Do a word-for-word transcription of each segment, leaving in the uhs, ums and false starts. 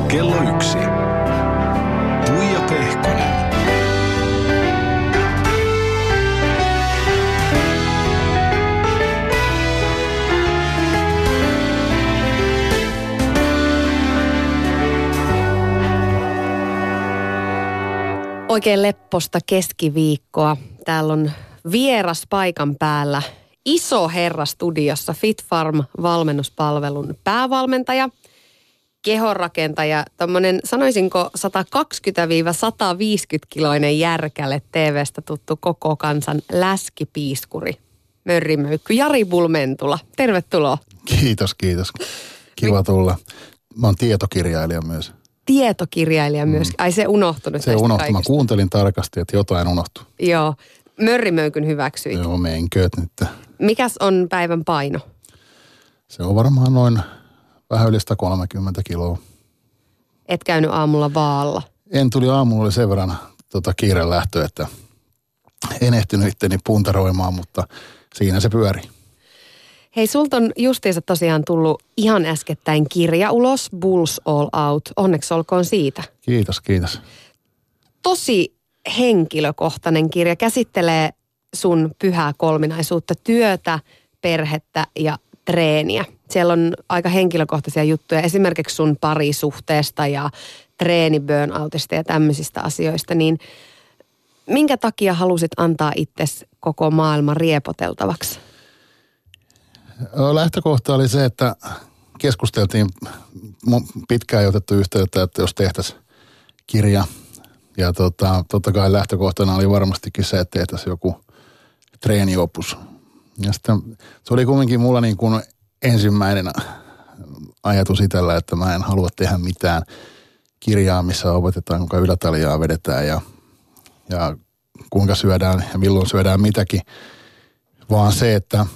Kello yksi. Tuija Pehkonen. Oikein lepposta keskiviikkoa. Täällä on vieras paikan päällä. Iso herra studiossa, Fit Farm valmennuspalvelun päävalmentaja, kehonrakentaja, tommonen sanoisinko sata kaksikymmentä sata viisikymmentä kiloinen järkäle T V:stä tuttu koko kansan läskipiiskuri, mörrimöykky Jari Bulmentula. Tervetuloa. Kiitos, kiitos. Kiva tulla. Mä oon tietokirjailija myös. Tietokirjailija myös. Ai se unohtunut. Se unohtui. Mä kuuntelin tarkasti, että jotain unohtui. Joo. Mörrimöykyn hyväksyit. Joo, meinkööt nyt. Mikäs on päivän paino? Se on varmaan noin vähän yli sata kolmekymmentä kiloa. Et käynyt aamulla vaalla? En, tuli aamulla oli sen verran tota, kiire lähtö, että en ehtinyt itteni puntaroimaan, mutta siinä se pyöri. Hei, sulta on justiinsa tosiaan tullut ihan äskettäin kirja ulos, Bulls All Out. Onneksi olkoon siitä. Kiitos, kiitos. Tosi henkilökohtainen kirja, käsittelee sun pyhää kolminaisuutta, työtä, perhettä ja treeniä. Siellä on aika henkilökohtaisia juttuja, esimerkiksi sun parisuhteesta ja treeni-burnoutista ja tämmöisistä asioista. Niin minkä takia halusit antaa itsesi koko maailman riepoteltavaksi? Lähtökohta oli se, että keskusteltiin, pitkään ei otettu yhteyttä, että jos tehtäisiin kirja. Ja tota, totta kai lähtökohtana oli varmastikin se, että tehtäisiin joku treeniopus. Ja sitten se oli kuitenkin mulla niin kuin ensimmäinen ajatus itsellä, että mä en halua tehdä mitään kirjaa, missä opetetaan, kuinka ylätaljaa vedetään ja, ja kuinka syödään ja milloin syödään mitäkin. Vaan se, että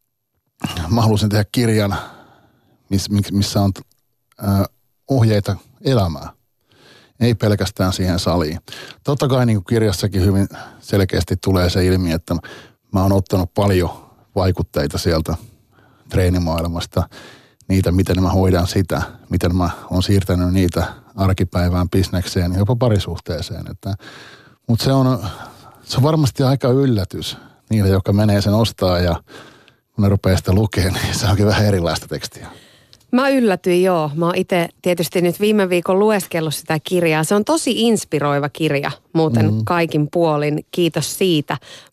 mä halusin tehdä kirjan, missä on ohjeita elämään. Ei pelkästään siihen saliin. Totta kai niin kuin kirjassakin hyvin selkeästi tulee se ilmi, että mä oon ottanut paljon vaikutteita sieltä treenimaailmasta. Niitä, miten mä hoidan sitä, miten mä oon siirtänyt niitä arkipäivään, bisnekseen, jopa parisuhteeseen. Mutta se on, se on varmasti aika yllätys niille, jotka menee sen ostaa ja kun ne rupeaa sitä lukemaan, niin se onkin vähän erilaista tekstiä. Mä yllätyin, joo. Mä oon itse tietysti nyt viime viikon lueskellut sitä kirjaa. Se on tosi inspiroiva kirja muuten mm-hmm. kaikin puolin. Kiitos siitä.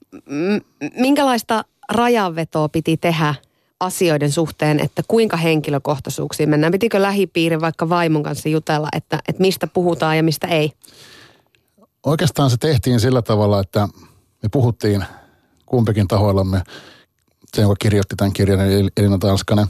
Minkälaista rajanvetoa piti tehdä asioiden suhteen, että kuinka henkilökohtaisuuksiin mennään? Pitikö lähipiirin vaikka vaimon kanssa jutella, että, että mistä puhutaan ja mistä ei? Oikeastaan se tehtiin sillä tavalla, että me puhuttiin kumpikin tahoillamme, se joka kirjoitti tämän kirjan, Elina Tanskanen,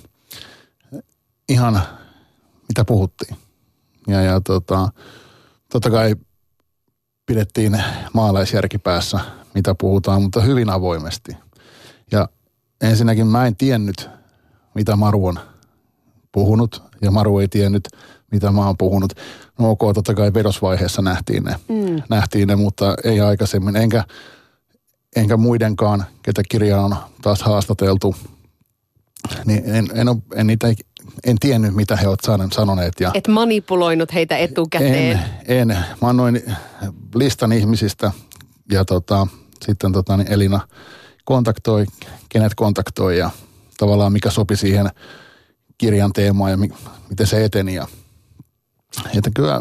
ihan mitä puhuttiin. Ja, ja tota, totta kai pidettiin maalaisjärki päässä, mitä puhutaan, mutta hyvin avoimesti. Ja ensinnäkin mä en tiennyt, mitä Maru on puhunut, ja Maru ei tiennyt, mitä mä oon puhunut. No ok, totta kai vedosvaiheessa nähtiin ne, mm. nähtiin ne, mutta ei aikaisemmin, enkä, enkä muidenkaan, ketä kirjaa on taas haastateltu, niin en, en, ole, en niitä En tiennyt, mitä he ovat sanoneet. Ja et manipuloinut heitä etukäteen? En, en. Mä annoin listan ihmisistä ja tota, sitten tota, niin Elina kontaktoi, kenet kontaktoi ja tavallaan mikä sopi siihen kirjan teemaan ja mi, miten se eteni. Ja, että kyllä,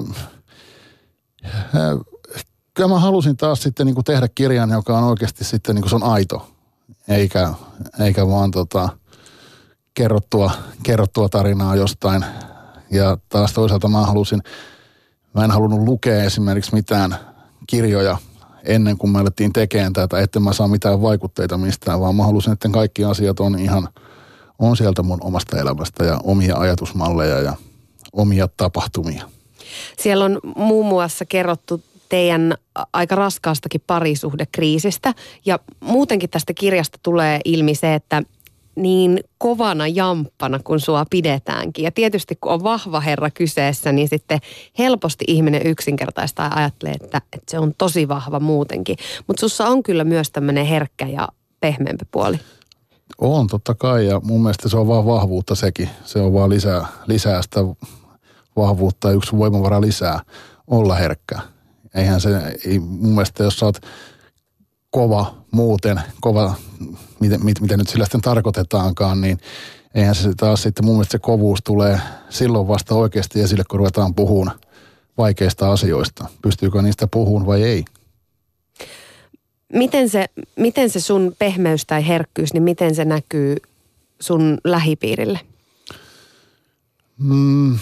kyllä mä halusin taas sitten niin kuin tehdä kirjan, joka on oikeasti sitten niin kuin se on aito, eikä, eikä vaan tota... Kerrottua, kerrottua tarinaa jostain. Ja taas toisaalta mä halusin, mä en halunnut lukea esimerkiksi mitään kirjoja ennen kuin me alettiin tekemään tätä, että mä saa mitään vaikutteita mistään, vaan mä halusin, että kaikki asiat on ihan, on sieltä mun omasta elämästä ja omia ajatusmalleja ja omia tapahtumia. Siellä on muun muassa kerrottu teidän aika raskaastakin parisuhdekriisistä ja muutenkin tästä kirjasta tulee ilmi se, että niin kovana jamppana, kun sua pidetäänkin. Ja tietysti, kun on vahva herra kyseessä, niin sitten helposti ihminen yksinkertaistaa ja ajattelee, että, että se on tosi vahva muutenkin. Mutta sussa on kyllä myös tämmöinen herkkä ja pehmeämpi puoli. On, totta kai. Ja mun mielestä se on vaan vahvuutta sekin. Se on vaan lisää, lisää sitä vahvuutta ja yksi voimavara lisää olla herkkä. Eihän se, ei, mun mielestä jos sä oot kova muuten, kova, miten, miten nyt sillä sitten tarkoitetaankaan, niin eihän se taas sitten mun mielestä se kovuus tulee silloin vasta oikeasti esille, kun ruvetaan puhumaan vaikeista asioista. Pystyykö niistä puhumaan vai ei? Miten se, miten se sun pehmeys tai herkkyys, niin miten se näkyy sun lähipiirille? Mm,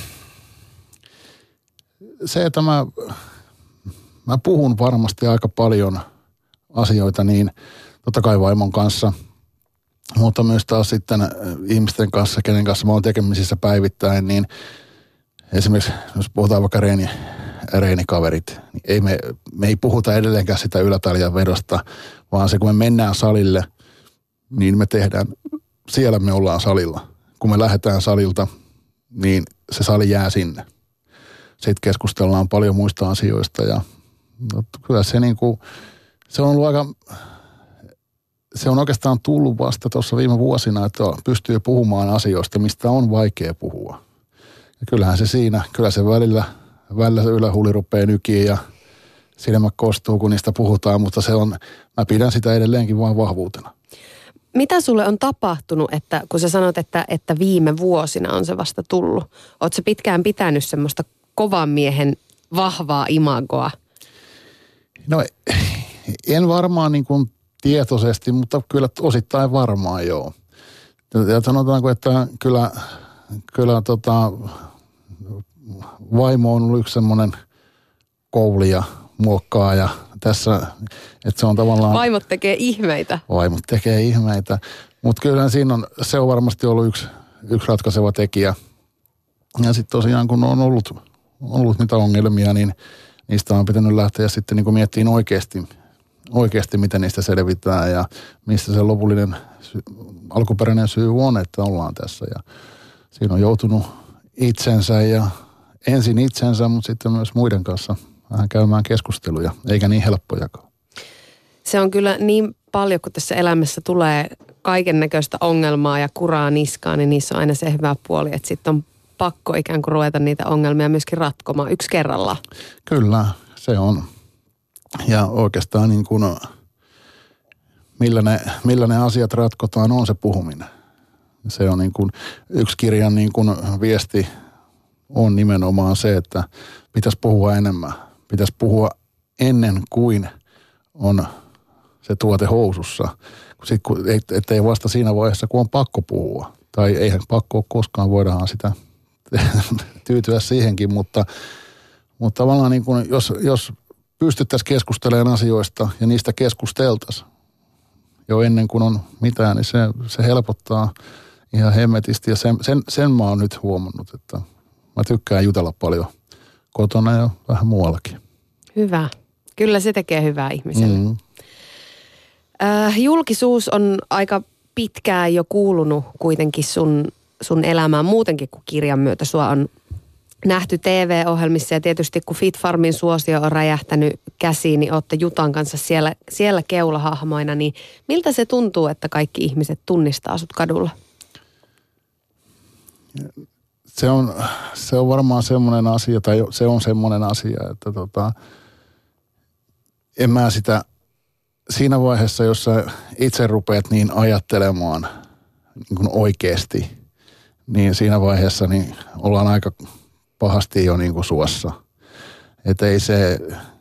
se, että mä, mä puhun varmasti aika paljon asioita niin totta kai vaimon kanssa, mutta myös taas sitten ihmisten kanssa, kenen kanssa mä oon tekemisissä päivittäin, niin esimerkiksi jos puhutaan vaikka reeni, reenikaverit, niin ei me, me ei puhuta edelleenkään sitä ylätaljan vedosta, vaan se kun me mennään salille, niin me tehdään, siellä me ollaan salilla. Kun me lähdetään salilta, niin se sali jää sinne. Sitten keskustellaan paljon muista asioista ja no, kyllä se niin kuin, se on ollut aika, se on oikeastaan tullut vasta tuossa viime vuosina, että pystyy puhumaan asioista, mistä on vaikea puhua. Ja kyllähän se siinä, kyllä se välillä, välillä se ylähuuli rupeaa nykiin ja silmät kostuu, kun niistä puhutaan, mutta se on, mä pidän sitä edelleenkin vain vahvuutena. Mitä sulle on tapahtunut, että kun sä sanot, että, että viime vuosina on se vasta tullut? Ootko sä pitkään pitänyt semmoista kovan miehen vahvaa imagoa? No en varmaan niin kuin tietoisesti, mutta kyllä osittain varmaan joo. Ja sanotaanko, että kyllä, kyllä tota, vaimo on ollut yksi semmoinen koulija, muokkaaja tässä, että se on tavallaan... Vaimot tekee ihmeitä. Vaimot tekee ihmeitä, mutta kyllä siinä on, se on varmasti ollut yksi, yksi ratkaiseva tekijä. Ja sitten tosiaan kun on ollut, ollut niitä ongelmia, niin niistä on pitänyt lähteä sitten niin kuin miettimään oikeasti, oikeasti, miten niistä selvitään ja mistä se lopullinen sy- alkuperäinen syy on, että ollaan tässä. Ja siinä on joutunut itsensä ja ensin itsensä, mutta sitten myös muiden kanssa vähän käymään keskusteluja, eikä niin helppojakaan. Se on kyllä niin paljon, kun tässä elämässä tulee kaiken näköistä ongelmaa ja kuraa niskaan, niin niissä on aina se hyvä puoli, että sitten on pakko ikään kuin ruveta niitä ongelmia myöskin ratkomaan yksi kerrallaan. Kyllä, se on. Ja oikeastaan niin kuin, millä ne, millä ne asiat ratkotaan, on se puhuminen. Se on niin kuin, yksi kirjan niin kuin viesti on nimenomaan se, että pitäisi puhua enemmän. Pitäisi puhua ennen kuin on se tuote housussa. Sitten, ettei vasta siinä vaiheessa, kun on pakko puhua. Tai eihän pakko ole koskaan, voidaan sitä tyytyä siihenkin, mutta, mutta tavallaan niin kuin, jos, jos pystyttäisiin keskustelemaan asioista ja niistä keskusteltaisiin jo ennen kuin on mitään, niin se, se helpottaa ihan hemmetisti. Ja sen, sen, sen mä oon nyt huomannut, että mä tykkään jutella paljon kotona ja vähän muuallakin. Hyvä. Kyllä se tekee hyvää ihmiselle. Mm. Äh, julkisuus on aika pitkään jo kuulunut kuitenkin sun, sun elämään muutenkin kuin kirjan myötä. Sua on nähty T V-ohjelmissa ja tietysti kun Fit Farmin suosio on räjähtänyt käsiin, niin ootte Jutan kanssa siellä, siellä keulahahmoina. Niin miltä se tuntuu, että kaikki ihmiset tunnistaa sut kadulla? Se on, se on varmaan semmoinen asia, tai se on semmoinen asia, että tota, en mä sitä siinä vaiheessa, jos sä itse rupeat niin ajattelemaan niin kuin oikeasti, niin siinä vaiheessa niin ollaan aika pahasti jo niin kuin suossa. Että ei se,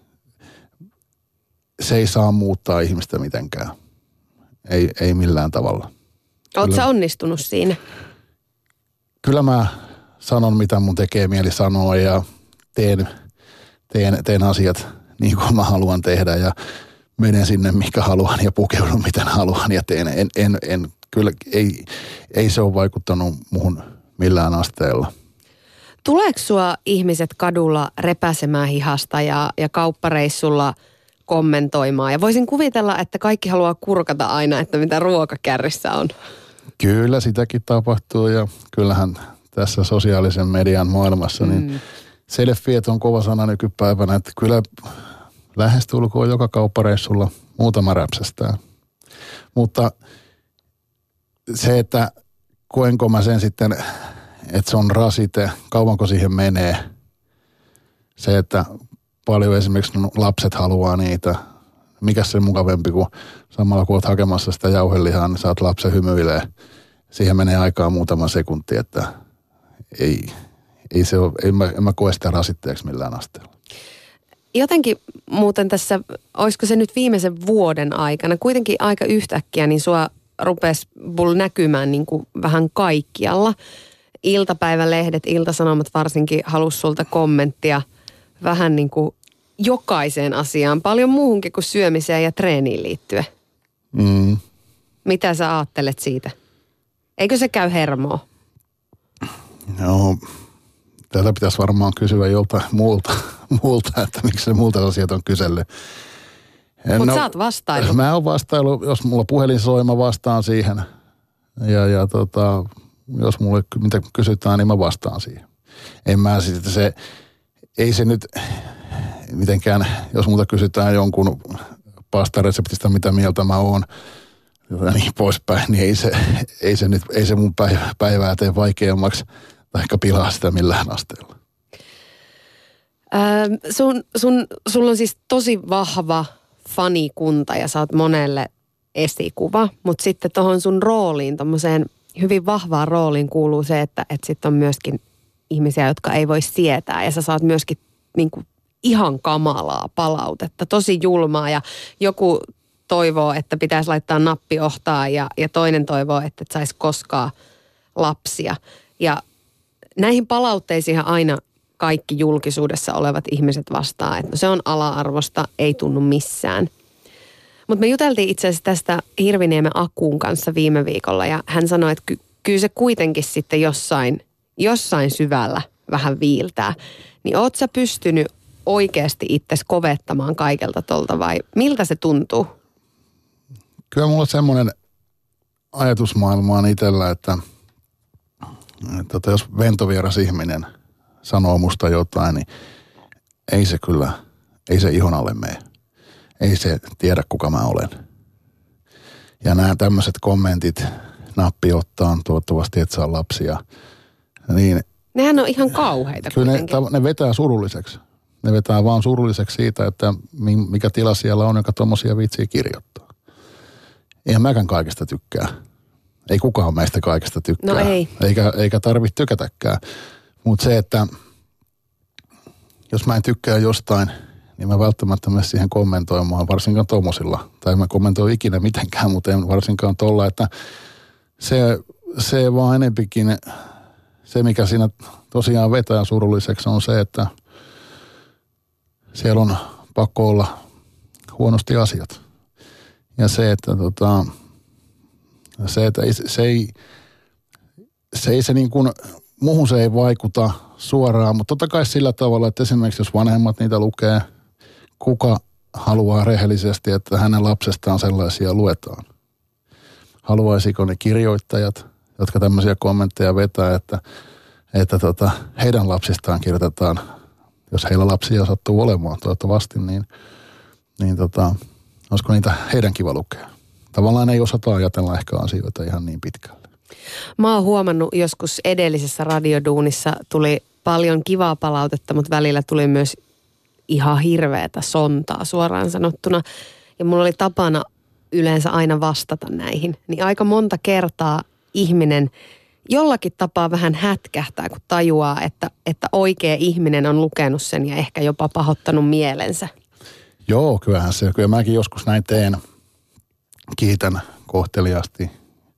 se ei saa muuttaa ihmistä mitenkään. Ei, ei millään tavalla. Ootko sä onnistunut siinä? Kyllä mä sanon, mitä mun tekee mieli sanoa ja teen, teen, teen asiat niin kuin mä haluan tehdä ja menen sinne, mikä haluan ja pukeudun, miten haluan ja teen. En, en, en, kyllä ei, ei se ole vaikuttanut muhun millään asteella. Tuleeko sua ihmiset kadulla repäsemään hihasta ja, ja kauppareissulla kommentoimaan? Ja voisin kuvitella, että kaikki haluaa kurkata aina, että mitä ruokakärrissä on. Kyllä sitäkin tapahtuu ja kyllähän tässä sosiaalisen median maailmassa niin mm. selfiet on kova sana nykypäivänä, että kyllä lähestulkoon joka kauppareissulla muutama räpsästää. Mutta se, että koenko mä sen sitten että se on rasite, kauanko siihen menee. Se, että paljon esimerkiksi lapset haluaa niitä. Mikäs se mukavempi, kun samalla kun oot hakemassa sitä jauhelihaa, niin saat lapsen hymyilee. Siihen menee aikaa muutama sekunti, että ei, ei se ole, en, mä, en mä koe sitä rasitteeksi millään asteella. Jotenkin muuten tässä, olisiko se nyt viimeisen vuoden aikana, kuitenkin aika yhtäkkiä, niin sua rupesi Bull näkymään niin kuin vähän kaikkialla. Iltapäivälehdet, Ilta-Sanomat varsinkin halusi sulta kommenttia vähän niin kuin jokaiseen asiaan, paljon muuhunkin kuin syömiseen ja treeniin liittyen. Mm. Mitä sä ajattelet siitä? Eikö se käy hermoa? Joo, tätä pitäisi varmaan kysyä joltain muulta, muulta että miksi se muulta asiat on kysellyt. Mutta no, sä oot vastailu. Mä oon vastailu, jos mulla puhelin soi, mä vastaan siihen. Ja, ja tota, jos mulle mitä kysytään, niin mä vastaan siihen. En mä sitten se, ei se nyt mitenkään, jos multa kysytään jonkun pastareseptistä, mitä mieltä mä oon, ja niin poispäin, niin ei se, ei se nyt, ei se mun päivää tee vaikeammaksi tai ehkä pilaa sitä millään asteella. Ähm, sun, sun, sulla on siis tosi vahva fanikunta ja sä oot monelle esikuva, mutta sitten tohon sun rooliin, tommoseen hyvin vahvaan rooliin kuuluu se, että et sit on myöskin ihmisiä, jotka ei voi sietää ja sä saat myöskin niinku ihan kamalaa palautetta, tosi julmaa ja joku toivoo, että pitäisi laittaa nappi ohtaan ja, ja toinen toivoo, että et saisi koskaan lapsia. Ja näihin palautteisiin aina kaikki julkisuudessa olevat ihmiset vastaa, että no se on ala-arvosta, ei tunnu missään. Mutta me juteltiin itse asiassa tästä Hirviniemen Akuun kanssa viime viikolla ja hän sanoi, että ky- kyllä se kuitenkin sitten jossain, jossain syvällä vähän viiltää. Niin oot sä pystynyt oikeasti itsesi kovettamaan kaikelta tolta vai miltä se tuntuu? Kyllä mulla on semmoinen ajatusmaailma on itsellä, että, että jos ventovieras ihminen sanoo musta jotain, niin ei se kyllä, ei se ihon alle mene. Ei se tiedä, kuka mä olen. Ja nämä tämmöiset kommentit, nappi ottaa, toivottavasti et saa lapsia, niin nehän on ihan kauheita kyllä kuitenkin. ne, ne vetää surulliseksi. Ne vetää vaan surulliseksi siitä, että mikä tila siellä on, joka tommosia viitsii kirjoittaa. Eihän mäkään kaikesta tykkää. Ei kukaan meistä kaikesta tykkää. No ei. Eikä, eikä tarvitse tykätäkään. Mutta se, että jos mä en tykkää jostain, niin mä välttämättä mene siihen kommentoimaan, varsinkaan tommosilla. Tai mä kommentoin ikinä mitenkään, mutta en varsinkaan tolla, että se, se vaan enempikin, se mikä siinä tosiaan vetää surulliseksi on se, että siellä on pakko olla huonosti asiat. Ja se, että tota, se, että ei, se ei, se ei se niin kuin, muuhun se ei vaikuta suoraan, mutta totta kai sillä tavalla, että esimerkiksi jos vanhemmat niitä lukee, kuka haluaa rehellisesti, että hänen lapsestaan sellaisia luetaan. Haluaisiko ne kirjoittajat, jotka tämmöisiä kommentteja vetää, että, että tota, heidän lapsistaan kirjoitetaan, jos heillä lapsia sattuu olemaan toivottavasti, niin, niin tota, olisiko niitä heidän kiva lukea. Tavallaan ei osata ajatella ehkä asioita ihan niin pitkälle. Mä oon huomannut joskus edellisessä radioduunissa tuli paljon kivaa palautetta, mutta välillä tuli myös ihan hirveätä sontaa suoraan sanottuna. Ja mulla oli tapana yleensä aina vastata näihin. Niin aika monta kertaa ihminen jollakin tapaa vähän hätkähtää, kun tajuaa, että, että oikea ihminen on lukenut sen ja ehkä jopa pahoittanut mielensä. Joo, kyllähän se. Kyllä mäkin joskus näin teen. Kiitän kohteliaasti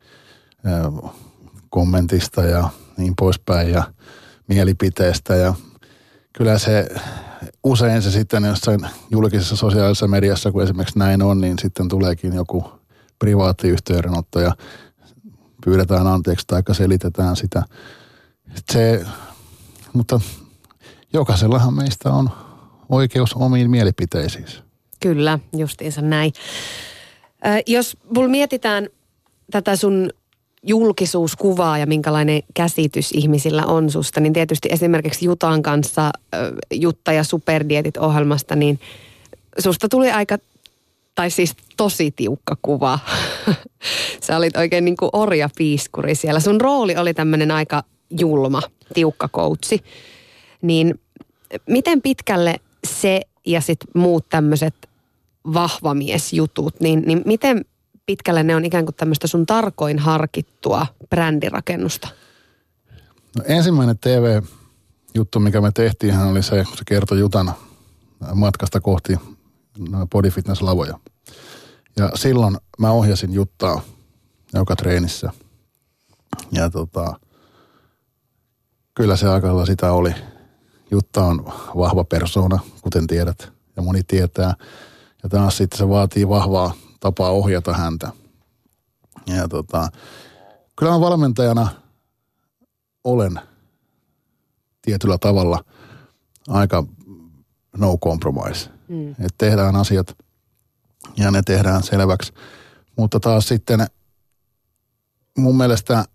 kommentista ja niin poispäin ja mielipiteestä. Ja kyllä se usein se sitten jossain julkisessa sosiaalisessa mediassa, kun esimerkiksi näin on, niin sitten tuleekin joku privaattiyhteydenotto ja pyydetään anteeksi tai selitetään sitä. Se, mutta jokaisellahan meistä on oikeus omiin mielipiteisiin. Kyllä, justiinsa näin. Ö, jos mulla mietitään tätä sun julkisuuskuvaa ja minkälainen käsitys ihmisillä on susta, niin tietysti esimerkiksi Jutan kanssa, Jutta ja Superdietit-ohjelmasta, niin susta tuli aika, tai siis tosi tiukka kuva. Sä olit oikein niin kuin orjapiiskuri siellä. Sun rooli oli tämmöinen aika julma, tiukka koutsi. Niin miten pitkälle se ja sitten muut tämmöiset vahvamiesjutut, niin, niin miten pitkälle ne on ikään kuin tämmöistä sun tarkoin harkittua brändirakennusta? No, ensimmäinen T V-juttu, mikä me tehtiin, oli se, kun se kertoi Jutan matkasta kohti body fitness-lavoja. Ja silloin mä ohjasin Juttaa joka treenissä. Ja tota, kyllä se aika lailla sitä oli. Jutta on vahva persoona, kuten tiedät, ja moni tietää. Ja taas sitten se vaatii vahvaa tapaa ohjata häntä. Ja tota, kyllä mä valmentajana olen tietyllä tavalla aika no compromise. Mm. Että tehdään asiat ja ne tehdään selväksi. Mutta taas sitten mun mielestä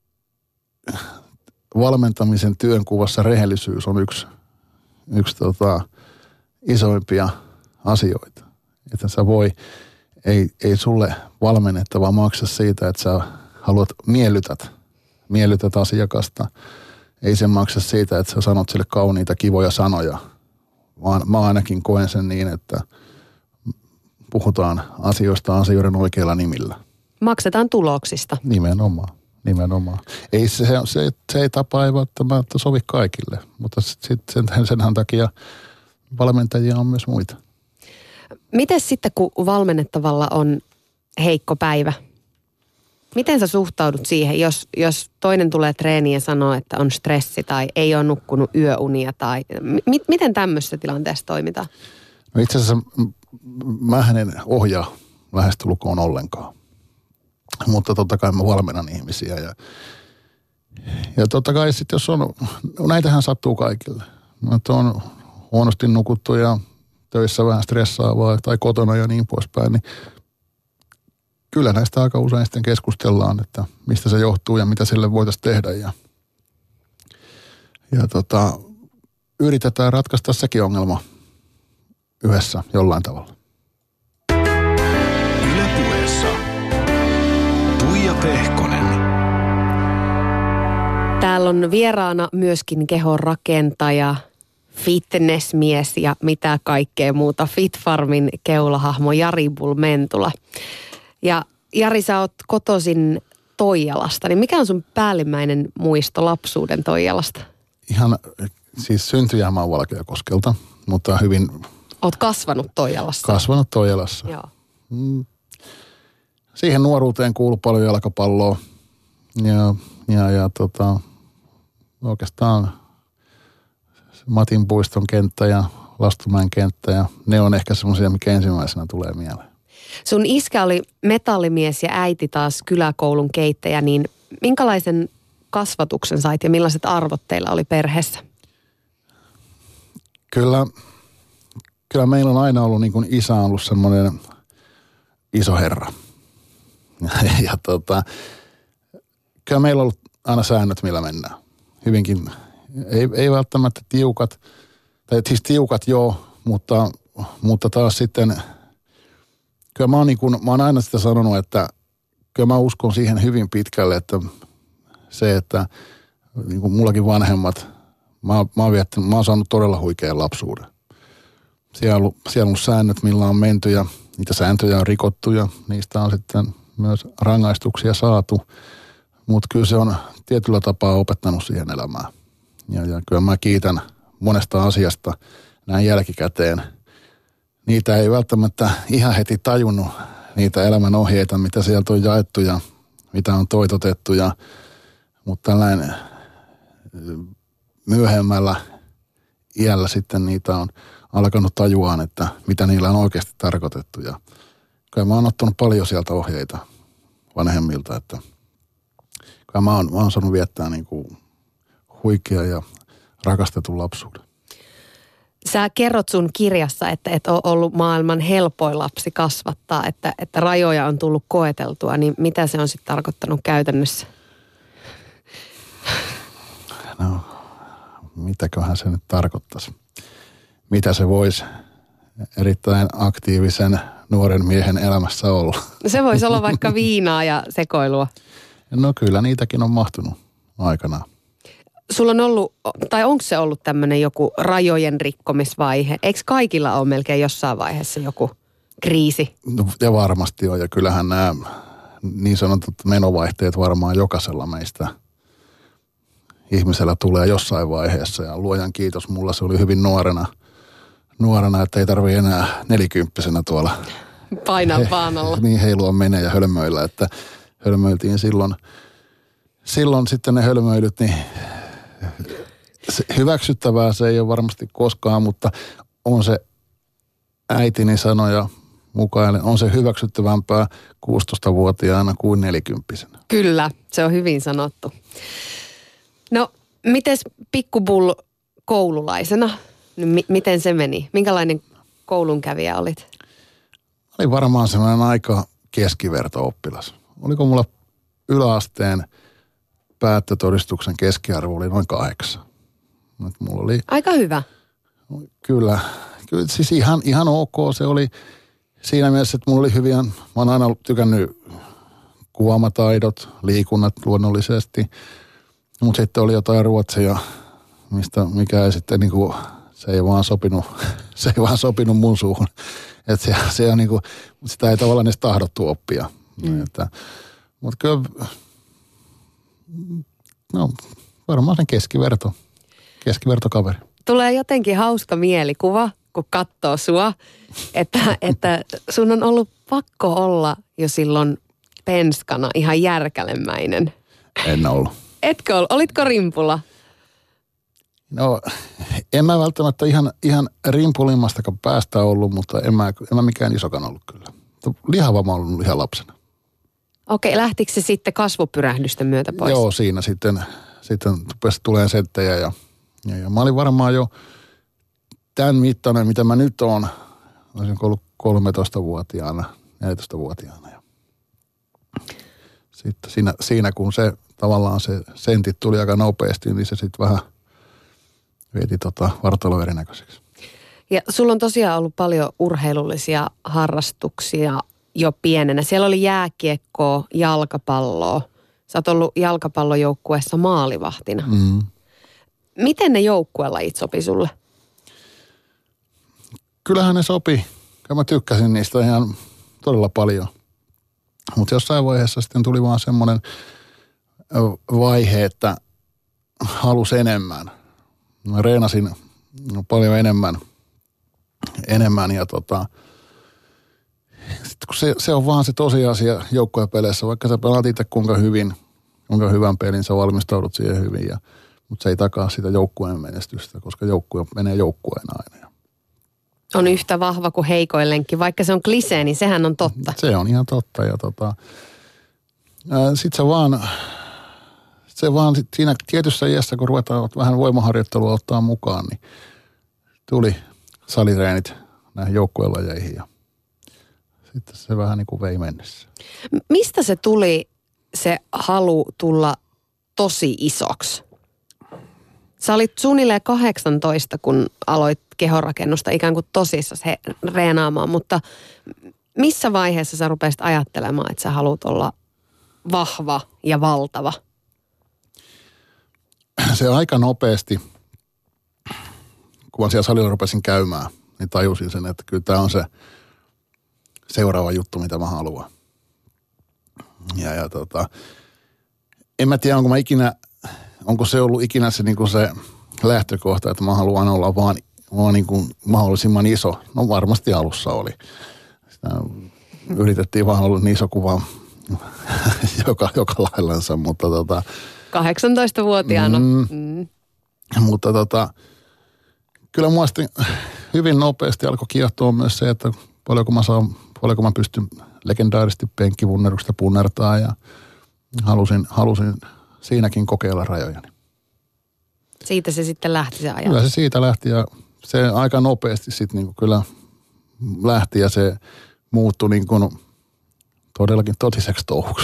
valmentamisen työnkuvassa rehellisyys on yksi, yksi tota, isoimpia asioita. Että sä voi, ei, ei sulle valmennettavaa maksa siitä, että sä haluat miellytät, miellytät asiakasta. Ei se maksa siitä, että sä sanot sille kauniita, kivoja sanoja, vaan mä ainakin koen sen niin, että puhutaan asioista asioiden oikeilla nimillä. Maksetaan tuloksista. Nimenomaan, nimenomaan. Ei se, se, se ei tapa ei välttämättä sovi kaikille, mutta sit sen, senhän takia valmentajia on myös muita. Miten sitten, kun valmennettavalla on heikko päivä? Miten sä suhtaudut siihen, jos, jos toinen tulee treeniin ja sanoo, että on stressi tai ei ole nukkunut yöunia tai mi- miten tämmöisessä tilanteessa toimitaan? No itse asiassa mähän en ohjaa lähestulkoon ollenkaan, mutta totta kai mä valmennan ihmisiä ja, ja totta kai sitten jos on, no näitähän sattuu kaikille. Että on huonosti nukuttu ja töissä vähän stressaavaa tai kotona ja niin poispäin, niin kyllä näistä aika usein sitten keskustellaan, että mistä se johtuu ja mitä sille voitaisiin tehdä. Ja, ja tota, yritetään ratkaista sekin ongelma yhdessä jollain tavalla. Yle Puheessa Tuija Pehkonen. Täällä on vieraana myöskin kehonrakentaja, fitnessmies ja mitä kaikkea muuta. Fitfarmin keulahahmo Jari Bull-Mentula. Ja Jari, sä oot kotoisin Toijalasta, niin mikä on sun päällimmäinen muisto lapsuuden Toijalasta? Ihan siis syntyjä mä oon Valkeakoskelta, mutta hyvin... Oot kasvanut Toijalassa? Kasvanut Toijalassa. Joo. Mm. Siihen nuoruuteen kuului paljon jalkapalloa ja, ja, ja tota, oikeastaan Matin puiston kenttä ja Lastumäen kenttä ja ne on ehkä semmoisia, mikä ensimmäisenä tulee mieleen. Sun iskä oli metallimies ja äiti taas kyläkoulun keittäjä, niin minkälaisen kasvatuksen sait ja millaiset arvot teillä oli perheessä? Kyllä, kyllä meillä on aina ollut, niin kuin isä on ollut semmoinen iso herra. Ja, ja tota, kyllä meillä on ollut aina säännöt, millä mennään. Hyvinkin, ei, ei välttämättä tiukat, tai siis tiukat joo, mutta, mutta taas sitten... Kyllä mä oon, niin kun, mä oon aina sitä sanonut, että kyllä mä uskon siihen hyvin pitkälle, että se, että niin kuin mullakin vanhemmat, mä, mä, oon viettänyt, mä oon saanut todella huikean lapsuuden. Siellä on, ollut, siellä on ollut säännöt, millä on menty ja niitä sääntöjä on rikottu ja niistä on sitten myös rangaistuksia saatu. Mutta kyllä se on tietyllä tapaa opettanut siihen elämään. Ja, ja kyllä mä kiitän monesta asiasta näin jälkikäteen. Niitä ei välttämättä ihan heti tajunnut, niitä elämän ohjeita, mitä sieltä on jaettu ja mitä on toitotettu. Ja, mutta tällainen myöhemmällä iällä sitten niitä on alkanut tajuaan, että mitä niillä on oikeasti tarkoitettu. Ja kyllä mä oon ottanut paljon sieltä ohjeita vanhemmilta, että kyllä mä oon, mä oon saanut viettää niin kuin huikea ja rakastetun lapsuuden. Sä kerrot sun kirjassa, että et ole ollut maailman helpoin lapsi kasvattaa, että, että rajoja on tullut koeteltua, niin mitä se on sitten tarkoittanut käytännössä? No, mitäköhän se nyt tarkoittaisi? Mitä se voisi erittäin aktiivisen nuoren miehen elämässä olla? Se voisi olla vaikka viinaa ja sekoilua. No kyllä niitäkin on mahtunut aikanaan. sulla on ollut, tai onko se ollut tämmöinen joku rajojen rikkomisvaihe? Eikö kaikilla ole melkein jossain vaiheessa joku kriisi? No, ja varmasti on, ja kyllähän nämä niin sanotut menovaihteet varmaan jokaisella meistä ihmisellä tulee jossain vaiheessa. Ja luojan kiitos, mulla se oli hyvin nuorena, nuorena että ei tarvitse enää nelikymppisenä tuolla painaa paanalla. Niin heilua menee ja hölmöillä, että hölmöiltiin silloin. Silloin sitten ne hölmöilyt, niin hyväksyttävää se ei ole varmasti koskaan, mutta on se äitini sanoja mukaan, on se hyväksyttävämpää kuusitoistavuotiaana kuin nelikymppisenä. Kyllä, se on hyvin sanottu. No, mites pikkubull koululaisena? M- miten se meni? Minkälainen koulunkävijä olit? Oli varmaan sellainen aika keskiverto-oppilas. Oliko mulla yläasteen päättötodistuksen keskiarvo oli noin kahdeksan. Mulla oli, aika hyvä. Kyllä, kyllä siis ihan, ihan ok. Se oli siinä mielessä, että mulla oli hyviä, mä oon aina tykännyt kuvaamataidot, liikunnat luonnollisesti. Mutta sitten oli jotain ruotsia, mistä mikä ei sitten niinku, se ei vaan sopinut, se ei vaan sopinut mun suuhun. Että se, se on niinku, sitä ei tavallaan edes tahdottu oppia. Mm. Mutta kyllä, no varmaan sen keskiverto, keskivertokaveri. Tulee jotenkin hauska mielikuva, kun katsoo sua, että, että sun on ollut pakko olla jo silloin penskana ihan järkälemäinen. En ollut. Etkö ollut? Olitko rimpulla? No, en mä välttämättä ihan, ihan rimpulimmastakaan päästä ollut, mutta en mä, en mä mikään isokan ollut kyllä. Lihava mä ollut ihan lapsena. Okei, lähtikö se sitten kasvupyrähdysten myötä pois? Joo, siinä sitten, sitten tulee settejä ja, ja, ja mä olin varmaan jo tämän mittainen, mitä mä nyt oon. Olisin ollut kolmetoistavuotiaana, neljätoistavuotiaana. Ja sitten siinä, siinä kun se tavallaan se sentit tuli aika nopeasti, niin se sitten vähän vieti tota vartalo erinäköiseksi. Ja sulla on tosiaan ollut paljon urheilullisia harrastuksia jo pienenä. Siellä oli jääkiekkoa, jalkapalloa. Sä oot ollut jalkapallojoukkueessa maalivahtina. Mm. Miten ne joukkuelajit sopi sulle? Kyllähän ne sopi. Kyllä mä tykkäsin niistä ihan todella paljon. Mutta jossain vaiheessa sitten tuli vaan semmoinen vaihe, että halusi enemmän. Mä reenasin paljon enemmän, enemmän ja tota, sit kun se, se on vaan se tosiasia joukkuepeleissä, vaikka sä pelaat itse kuinka hyvin, kuinka hyvän pelin, sä valmistaudut siihen hyvin, ja, mutta se ei takaa sitä joukkueen menestystä, koska joukkue menee joukkueen aina. On yhtä vahva kuin heikoillenkin, vaikka se on klisee, niin sehän on totta. Se on ihan totta ja tota, sit se vaan... Se vaan siinä tietyssä iässä, kun ruvetaan vähän voimaharjoittelua ottaa mukaan, niin tuli salitreenit näihin joukkuelajeihin ja sitten se vähän niin kuin vei mennessä. Mistä se tuli se halu tulla tosi isoksi? Sä olit suunnilleen kahdeksantoista, kun aloit kehonrakennusta ikään kuin tosissaan he reenaamaan, mutta missä vaiheessa sä rupesit ajattelemaan, että sä haluat olla vahva ja valtava? Se aika nopeasti, kun mä siellä salilla rupesin käymään, niin tajusin sen, että kyllä tämä on se seuraava juttu, mitä mä haluan. Ja, ja tota, en mä tiedä, onko mä ikinä, onko se ollut ikinä se, niin kuin se lähtökohta, että mä haluan olla vaan, vaan niin kuin mahdollisimman iso. No varmasti alussa oli. Sitä yritettiin vaan olla niin iso kuva joka, joka laillansa, mutta tota... kahdeksantoistavuotiaana. Mm, mm. Mutta tota, kyllä mua sitten hyvin nopeasti alkoi kiehtoa myös se, että paljonko mä, saan, paljonko mä pystyn legendaarisesti penkkivunnerusta punnertaa ja halusin, halusin siinäkin kokeilla rajojani. Siitä se sitten lähti se ajatus. Kyllä se siitä lähti ja se aika nopeasti sitten niinku kyllä lähti ja se muuttui niin kuin todellakin totiseksi touhuksi.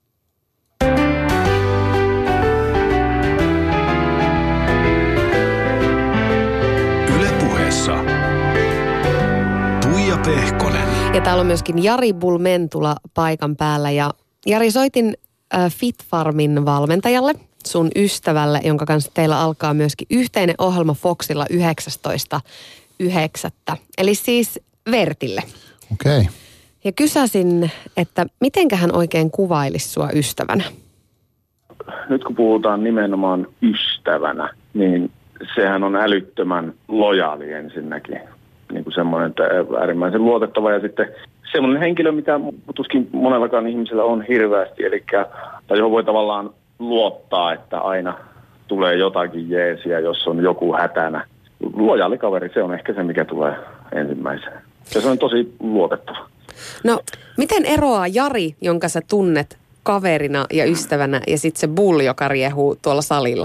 Tuija Pehkonen. Ja täällä on myöskin Jari Bull Mentula paikan päällä. Ja Jari, soitin äh, Fit Farmin valmentajalle sun ystävälle, jonka kanssa teillä alkaa myöskin yhteinen ohjelma Foxilla yhdeksästoista yhdeksättä Eli siis Vertille. Okei. Okay. Ja kysäsin, että mitenkä hän oikein kuvailisi sua ystävänä? Nyt kun puhutaan nimenomaan ystävänä, niin sehän on älyttömän lojaali ensinnäkin. Niin kuin semmoinen, että äärimmäisen luotettava ja sitten semmoinen henkilö, mitä tuskin monellakaan ihmisellä on hirveästi, eli tai johon voi tavallaan luottaa, että aina tulee jotakin jeesiä, jos on joku hätänä. Lojaali kaveri, se on ehkä se, mikä tulee ensimmäisenä. Ja se on tosi luotettava. No, miten eroaa Jari, jonka sä tunnet kaverina ja ystävänä, ja sitten se Bull, joka riehuu tuolla salilla?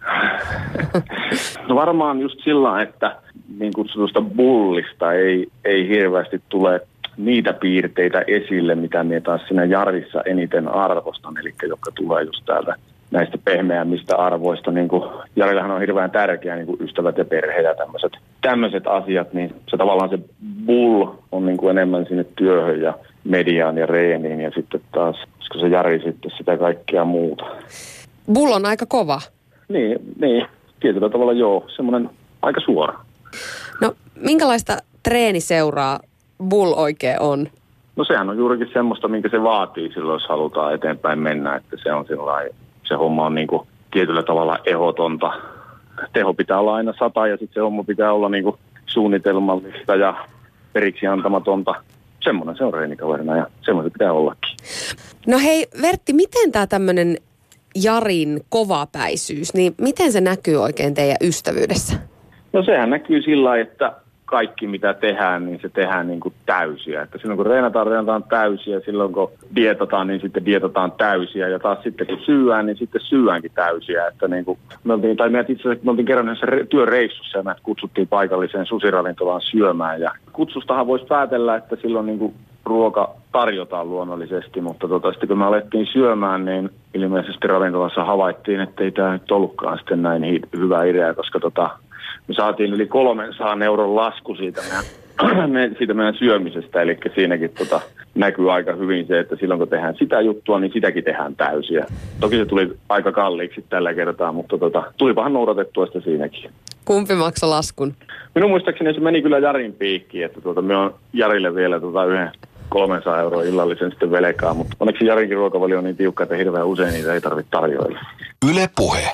No varmaan just sillä, että niin kutsutusta bullista ei, ei hirveästi tule niitä piirteitä esille, mitä minä taas siinä Jarissa eniten arvostan, eli jotka tulee just täältä näistä pehmeämmistä arvoista. Niin kuin Jarillahan on hirveän tärkeää niin kuin ystävät ja perhe ja tämmöiset, tämmöiset asiat, niin se tavallaan se bull on niin kuin enemmän sinne työhön ja mediaan ja reeniin ja sitten taas, koska se Jari sitten sitä kaikkea muuta. Bull on aika kova. Niin, niin. Tietyllä tavalla joo, semmoinen aika suora. No, minkälaista treeniseuraa Bull oikein on? No sehän on juurikin semmoista, minkä se vaatii silloin, jos halutaan eteenpäin mennä, että se on sillain, se homma on niinku tietyllä tavalla ehdotonta. Teho pitää olla aina sata ja sitten se homma pitää olla niinku suunnitelmallista ja periksi antamatonta. Semmoinen se on reenikaverina ja semmoinen pitää ollakin. No hei Vertti, miten tämä tämmöinen Jarin kovapäisyys, niin miten se näkyy oikein teidän ystävyydessä? No sehän näkyy sillä, että kaikki mitä tehdään, niin se tehdään niin kuin täysiä. Että silloin kun reenataan, reenataan täysiä. Silloin kun dietataan, niin sitten dietataan täysiä. Ja taas sitten kun syyään, niin sitten syyäänkin täysiä. Että niin kuin me oltiin, tai me itse asiassa me oltiin kerran yhdessä työreissussa ja me kutsuttiin paikalliseen susiravintolaan syömään. Ja kutsustahan voisi päätellä, että silloin niin kuin ruoka tarjotaan luonnollisesti, mutta tota, sitten kun me alettiin syömään, niin ilmeisesti ravintolassa havaittiin, että ei tämä nyt ollutkaan sitten näin hi- hyvä idea, koska tota, me saatiin yli kolmensadan euron lasku siitä meidän, siitä meidän syömisestä, eli siinäkin tota, näkyy aika hyvin se, että silloin kun tehdään sitä juttua, niin sitäkin tehdään täysiä. Toki se tuli aika kalliiksi tällä kertaa, mutta tota, tulipahan noudatettua sitä siinäkin. Kumpi maksoi laskun? Minun muistaakseni se meni kyllä Jarin piikkiin, että tuota, me on Jarille vielä tota yhden kolmensadan euroa illallisen sitten velkaa, mutta onneksi Jarinkin ruokavalio on niin tiukka, että hirveän usein niitä ei tarvitse tarjoilla. Yle Puhe.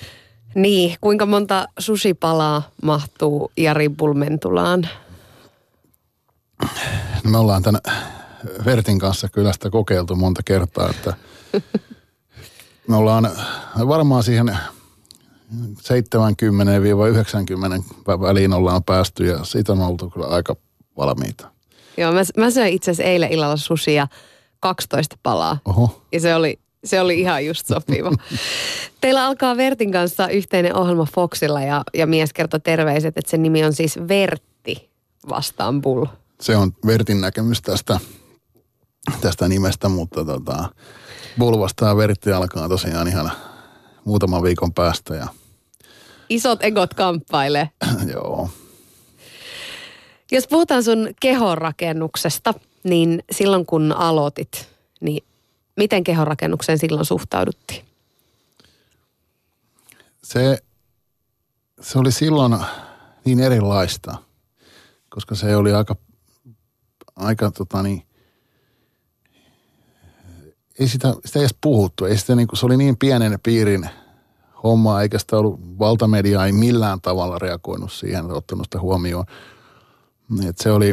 Niin, kuinka monta sushipalaa mahtuu Jari Bulmentulaan? Me ollaan tämän Vertin kanssa kyllä sitä kokeiltu monta kertaa, että me ollaan varmaan siihen seitsemänkymmentä yhdeksänkymmentä väliin ollaan päästy ja siitä on oltu kyllä aika valmiita. Joo, mä, mä söin itse asiassa eilen illalla sushia kaksitoista palaa. Oho. Ja se oli, se oli ihan just sopiva. Teillä alkaa Vertin kanssa yhteinen ohjelma Foxilla ja, ja mies kertoi terveiset, että sen nimi on siis Vertti vastaan Bull. Se on Vertin näkemys tästä, tästä nimestä, mutta tota, Bull vastaan Vertti alkaa tosiaan ihan muutaman viikon päästä. Ja isot egot kamppailee. Joo. Jos puhutaan sun kehonrakennuksesta, niin silloin kun aloitit, niin miten kehonrakennukseen silloin suhtauduttiin? Se, se oli silloin niin erilaista, koska se oli aika, aika tota niin, ei sitä, sitä edes puhuttu. Ei sitä, niin, se oli niin pienen piirin homma, eikä sitä ollut, valtamedia ei millään tavalla reagoinut siihen, ottanut sitä huomioon. Et se oli,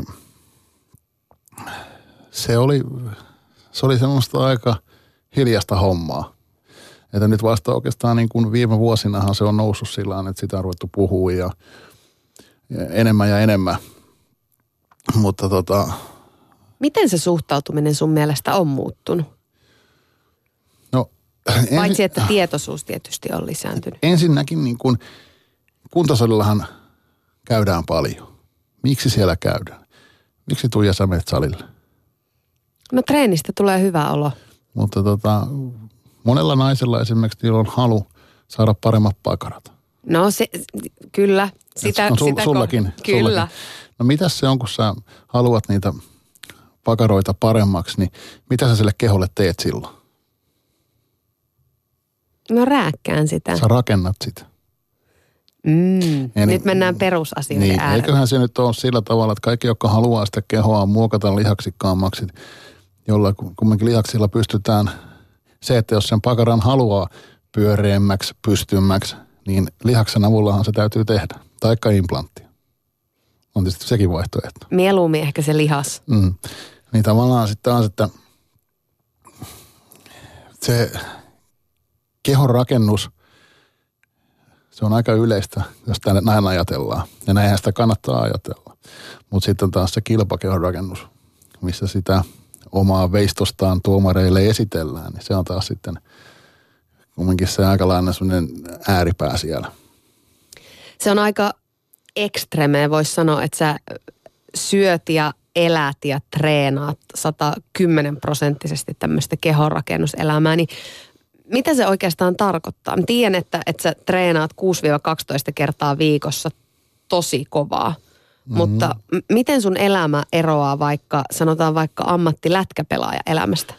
se oli, se oli semmoista aika hiljasta hommaa. Että nyt vasta oikeastaan niin kuin viime vuosinahan se on noussut sillä tavalla, että sitä on ruvettu puhua ja, ja enemmän ja enemmän. Mutta tota... Miten se suhtautuminen sun mielestä on muuttunut? No, paitsi että tietoisuus tietysti on lisääntynyt. Ensinnäkin niin kuin kuntosalillahan käydään paljon. Miksi siellä käydään? Miksi Tuija sä menet salille? No treenistä tulee hyvä olo. Mutta tota, monella naisella esimerkiksi on halu saada paremmat pakarat. No se, kyllä. Sitä, no, sul, sitä sullakin, ko- kyllä. Sullakin. No mitäs se on, kun sä haluat niitä pakaroita paremmaksi, niin mitä sä sille keholle teet silloin? Mä rääkkään sitä. Sä rakennat sitä. Mm. Niin, Nyt mennään perusasioiden niin, äärelle. eiköhän se nyt ole sillä tavalla, että kaikki, jotka haluaa sitä kehoa muokata lihaksikkaammaksi, jolla kumminkin lihaksilla pystytään, se, että jos sen pakaran haluaa pyöreämmäksi, pystymmäksi, niin lihaksen avullahan se täytyy tehdä. Taikka implantti. On tietysti sekin vaihtoehto. Mieluummin ehkä se lihas. Mm. Niin tavallaan sitten taas, että se kehon rakennus, se on aika yleistä, jos tänne näin ajatellaan. Ja näinhän sitä kannattaa ajatella. Mutta sitten taas se kilpakehon rakennus, missä sitä omaa veistostaan tuomareille esitellään, niin se on taas sitten kumminkin se aikalainen sellainen ääripää siellä. Se on aika ekstremeä, voisi sanoa, että sä syöt ja elät ja treenaat sata kymmenen prosenttisesti tämmöistä kehonrakennuselämää, niin mitä se oikeastaan tarkoittaa? Mä tiedän, että, että sä treenaat kuusi kaksitoista kertaa viikossa tosi kovaa, mm-hmm. mutta m- miten sun elämä eroaa vaikka, sanotaan vaikka ammattilätkäpelaaja elämästä?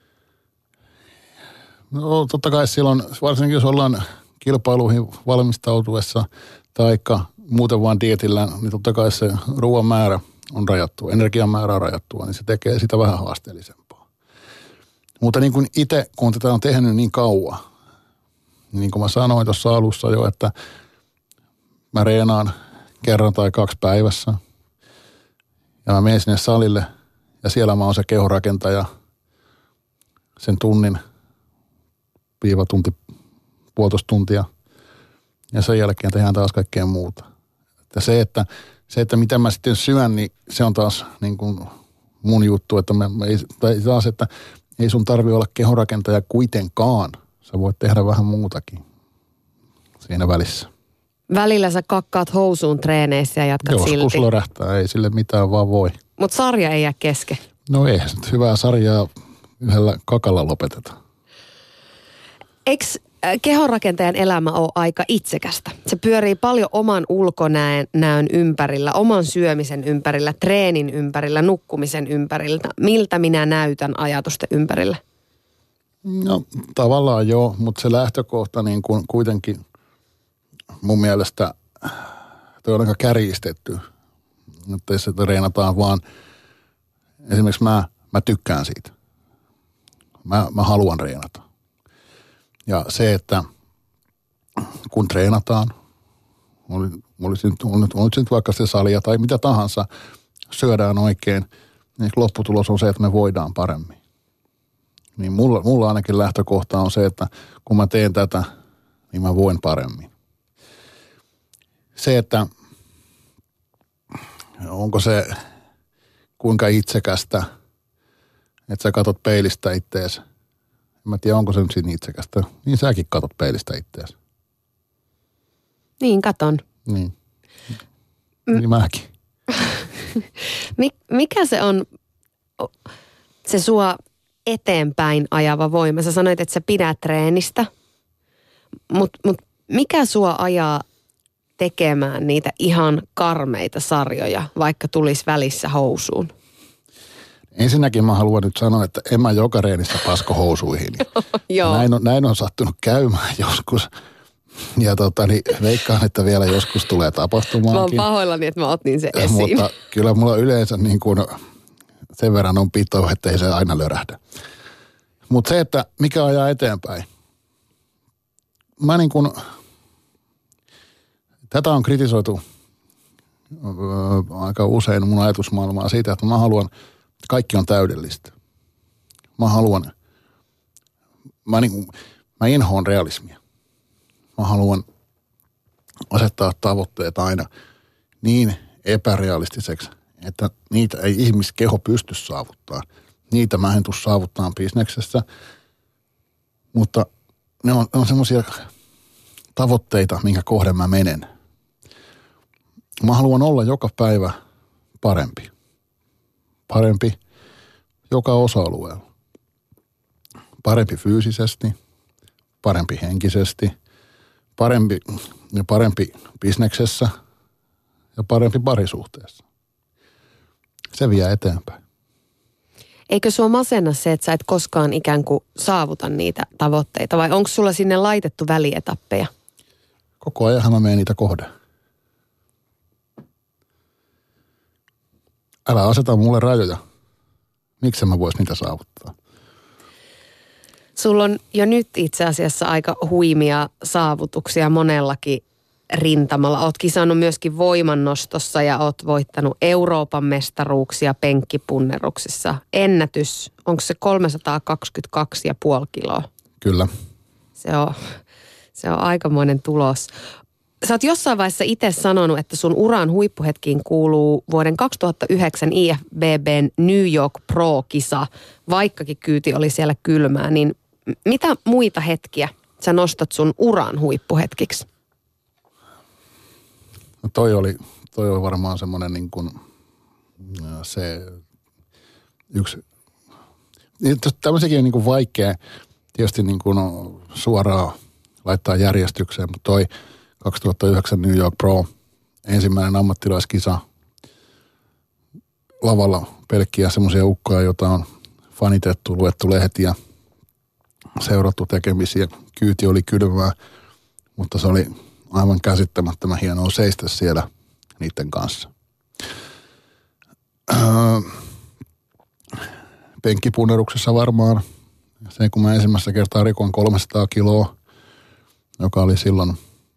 No totta kai silloin, varsinkin jos ollaan kilpailuihin valmistautuessa taikka muuten vaan dietillä, niin totta kai se ruoan määrä on rajattua, energian määrä on rajattua, niin se tekee sitä vähän haasteellisempaa. Mutta niin kuin itse, kun tätä on tehnyt niin kauan, niin kuin mä sanoin tuossa alussa jo, että mä reenaan kerran tai kaksi päivässä ja mä menen sinne salille ja siellä mä oon se kehorakentaja sen tunnin, viiva tunti, puolitoista tuntia ja sen jälkeen tehdään taas kaikkea muuta. Että se, että, se, että mitä mä sitten syön, niin se on taas niin kuin mun juttu, että mä, mä ei, tai taas, että ei sun tarvitse olla kehorakentaja kuitenkaan. Sä voit tehdä vähän muutakin siinä välissä. Välillä sä kakkaat housuun treeneissä ja jatkat Joskus silti. Joskus lorähtää, ei sille mitään vaan voi. Mutta sarja ei jää kesken. No ei, hyvää sarjaa yhdellä kakalla lopeteta. Eikö kehonrakentajan elämä ole aika itsekästä? Se pyörii paljon oman ulkonäön ympärillä, oman syömisen ympärillä, treenin ympärillä, nukkumisen ympärillä. Miltä minä näytän ajatusten ympärillä? No tavallaan joo, mutta se lähtökohta niin kuin kuitenkin mun mielestä toi on aika kärjistetty. Että se treenataan vaan, esimerkiksi mä, mä tykkään siitä. Mä, mä haluan treenata. Ja se, että kun treenataan, olisi nyt vaikka se salia tai mitä tahansa, syödään oikein, niin lopputulos on se, että me voidaan paremmin. Niin mulla, mulla ainakin lähtökohta on se, että kun mä teen tätä, niin mä voin paremmin. Se, että onko se kuinka itsekästä, että sä katot peilistä ittees. En mä tiedä, onko se nyt siinä itsekästä. Niin säkin katot peilistä ittees. Niin, katon. Niin. Niin mäkin. Mikä se on se sua eteenpäin ajava voima? Sä sanoit, että sä pidät treenistä, mutta mut mikä sua ajaa tekemään niitä ihan karmeita sarjoja, vaikka tulisi välissä housuun? Ensinnäkin mä haluan nyt sanoa, että en mä joka reenissä pasko housuihin. Joo. Näin on, näin on sattunut käymään joskus. Ja tota, niin veikkaan, että vielä joskus tulee tapahtumaankin. Mä oon pahoillani, että mä otin sen esiin. Mutta kyllä mulla yleensä niin kuin sen verran on pito, että ei se aina lörähdä. Mutta se, että mikä ajaa eteenpäin. Mä niin kuin, tätä on kritisoitu öö, aika usein mun ajatusmaailmaa siitä, että mä haluan, kaikki on täydellistä. Mä haluan, mä, niin kuin, mä inhoon realismia. Mä haluan asettaa tavoitteet aina niin epärealistiseksi, että niitä ei ihmiskeho pysty saavuttaa. Niitä mä en tule saavuttaa bisneksessä, mutta ne on, on semmoisia tavoitteita, minkä kohden mä menen. Mä haluan olla joka päivä parempi. Parempi joka osa-alueella. Parempi fyysisesti, parempi henkisesti, parempi ja parempi bisneksessä ja parempi parisuhteessa. Se vie eteenpäin. Eikö sua masenna se, että sä et koskaan ikään kuin saavuta niitä tavoitteita vai onko sulla sinne laitettu välietappeja? Koko ajan mä menen niitä kohde. Älä aseta mulle rajoja. Miksi mä vois niitä saavuttaa? Sulla on jo nyt itse asiassa aika huimia saavutuksia monellakin rintamalla. Oot kisannut myöskin voimannostossa ja oot voittanut Euroopan mestaruuksia penkkipunneruksissa. Ennätys, onko se kolmesataakaksikymmentäkaksi pilkku viisi kiloa? Kyllä. Se on, se on aikamoinen tulos. Sä oot jossain vaiheessa itse sanonut, että sun uran huippuhetkiin kuuluu vuoden kaksituhattayhdeksän I F B B:n New York Pro-kisa, vaikkakin kyyti oli siellä kylmää. Niin mitä muita hetkiä sä nostat sun uran huippuhetkiksi? No toi oli, toi oli varmaan semmoinen niin kuin se yksi, tämmöisikin on niin kuin vaikea tietysti niin kuin suoraan laittaa järjestykseen, mutta toi kaksituhattayhdeksän New York Pro, ensimmäinen ammattilaiskisa, lavalla pelkkiä semmoisia ukkoja, joita on fanitettu, luettu lehtiä, seurattu tekemisiä, kyyti oli kylmää, mutta se oli aivan käsittämättömän hienoa seistä siellä niiden kanssa. Öö, penkkipunneruksessa varmaan se, kun mä ensimmäistä kertaa rikoin kolmesataa kiloa, joka oli silloin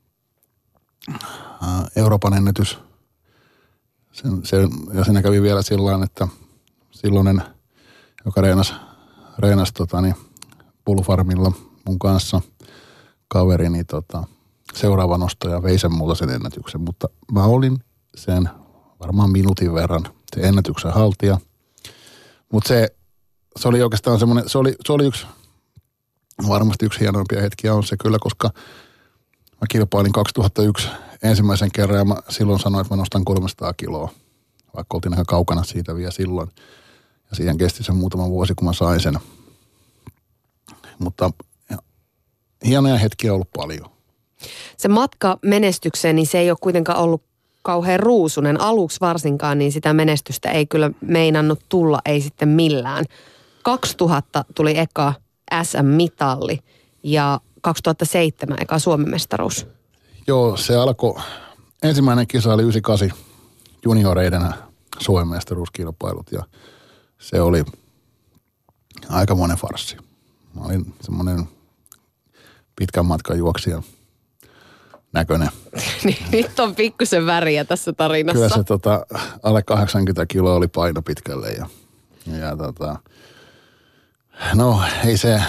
ää, Euroopan ennätys. Sen, sen, ja siinä kävi vielä sillain, että silloinen, joka reenasi, reenasi tota, niin, Bullfarmilla mun kanssa, kaveri, niin tota, seuraava nostaja vei sen multa sen ennätyksen, mutta mä olin sen varmaan minuutin verran se ennätyksen haltija. Mutta se, se oli oikeastaan semmoinen, se oli, se oli yksi, varmasti yksi hienoimpia hetkiä on se kyllä, koska mä kilpailin kaksituhattayksi ensimmäisen kerran ja mä silloin sanoin, että mä nostan kolmesataa kiloa, vaikka oltiin aika kaukana siitä vielä silloin. Ja siihen kesti se muutama vuosi, kun mä sain sen. Mutta ja, hienoja hetkiä on ollut paljon. Se matka menestykseen, niin se ei ole kuitenkaan ollut kauhean ruusunen. Aluksi varsinkaan, niin sitä menestystä ei kyllä meinannut tulla, ei sitten millään. kaksituhatta tuli eka S M-mitalli ja kaksituhattaseitsemän eka Suomen mestaruus. Joo, se alkoi, ensimmäinen kisa oli yhdeksänkymmentäkahdeksan junioreiden Suomen mestaruuskilpailut ja se oli aikamoinen farssi. Mä olin semmoinen pitkän matkan juoksija näköinen. Nyt on pikkusen väriä tässä tarinassa. Kyllä se tota, alle kahdeksankymmentä kiloa oli paino pitkälle ja, ja tota, no ei se,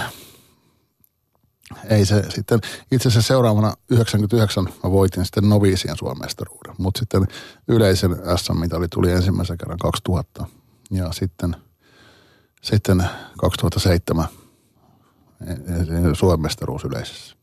ei se sitten, itse asiassa seuraavana yhdeksänkymmentäyhdeksän mä voitin sitten noviisien Suomen mestaruuden, mutta sitten yleisen S M-mitali tuli ensimmäisen kerran kaksituhatta ja sitten, sitten kaksituhattaseitsemän Suomen mestaruus yleisessä.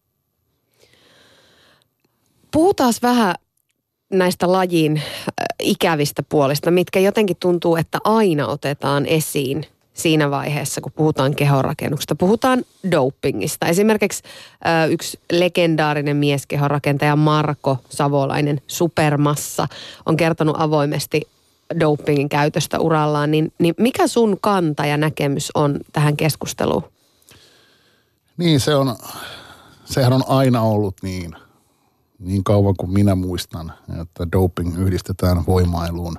Puhutaan vähän näistä lajin ikävistä puolista, mitkä jotenkin tuntuu, että aina otetaan esiin siinä vaiheessa, kun puhutaan kehonrakennuksesta. Puhutaan dopingista. Esimerkiksi ö, yksi legendaarinen mieskehonrakentaja Marko Savolainen, Supermassa, on kertonut avoimesti dopingin käytöstä urallaan. Niin, niin mikä sun kanta ja näkemys on tähän keskusteluun? Niin, se on, sehän on aina ollut niin. Niin kauan kuin minä muistan, että doping yhdistetään voimailuun,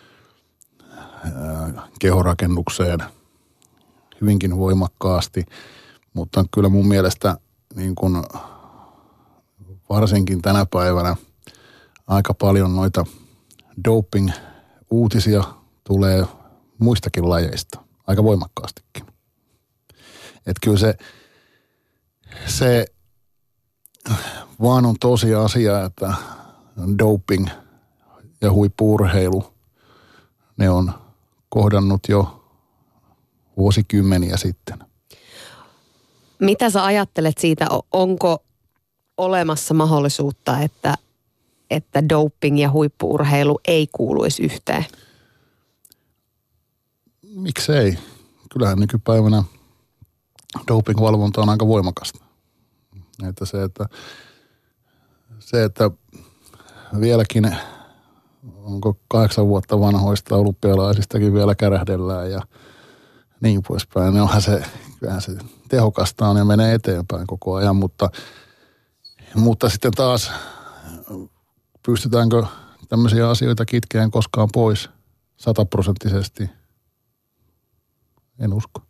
kehorakennukseen hyvinkin voimakkaasti, mutta kyllä mun mielestä niin kuin varsinkin tänä päivänä aika paljon noita doping-uutisia tulee muistakin lajeista, aika voimakkaastikin. Että kyllä se, se vaan on tosiasia, että doping ja huippu-urheilu, ne on kohdannut jo vuosikymmeniä sitten. Mitä sä ajattelet siitä, onko olemassa mahdollisuutta, että, että doping ja huippu-urheilu ei kuuluisi yhteen? Miksei? Kyllähän nykypäivänä doping-valvonta on aika voimakasta. Että se, että, se, että vieläkin onko kahdeksan vuotta vanhoista olympialaisistakin vielä kärähdellään ja niin poispäin. No onhan se, kyllähän se tehokasta on ja menee eteenpäin koko ajan, mutta, mutta sitten taas pystytäänkö tämmöisiä asioita kitkeään koskaan pois sataprosenttisesti? En usko.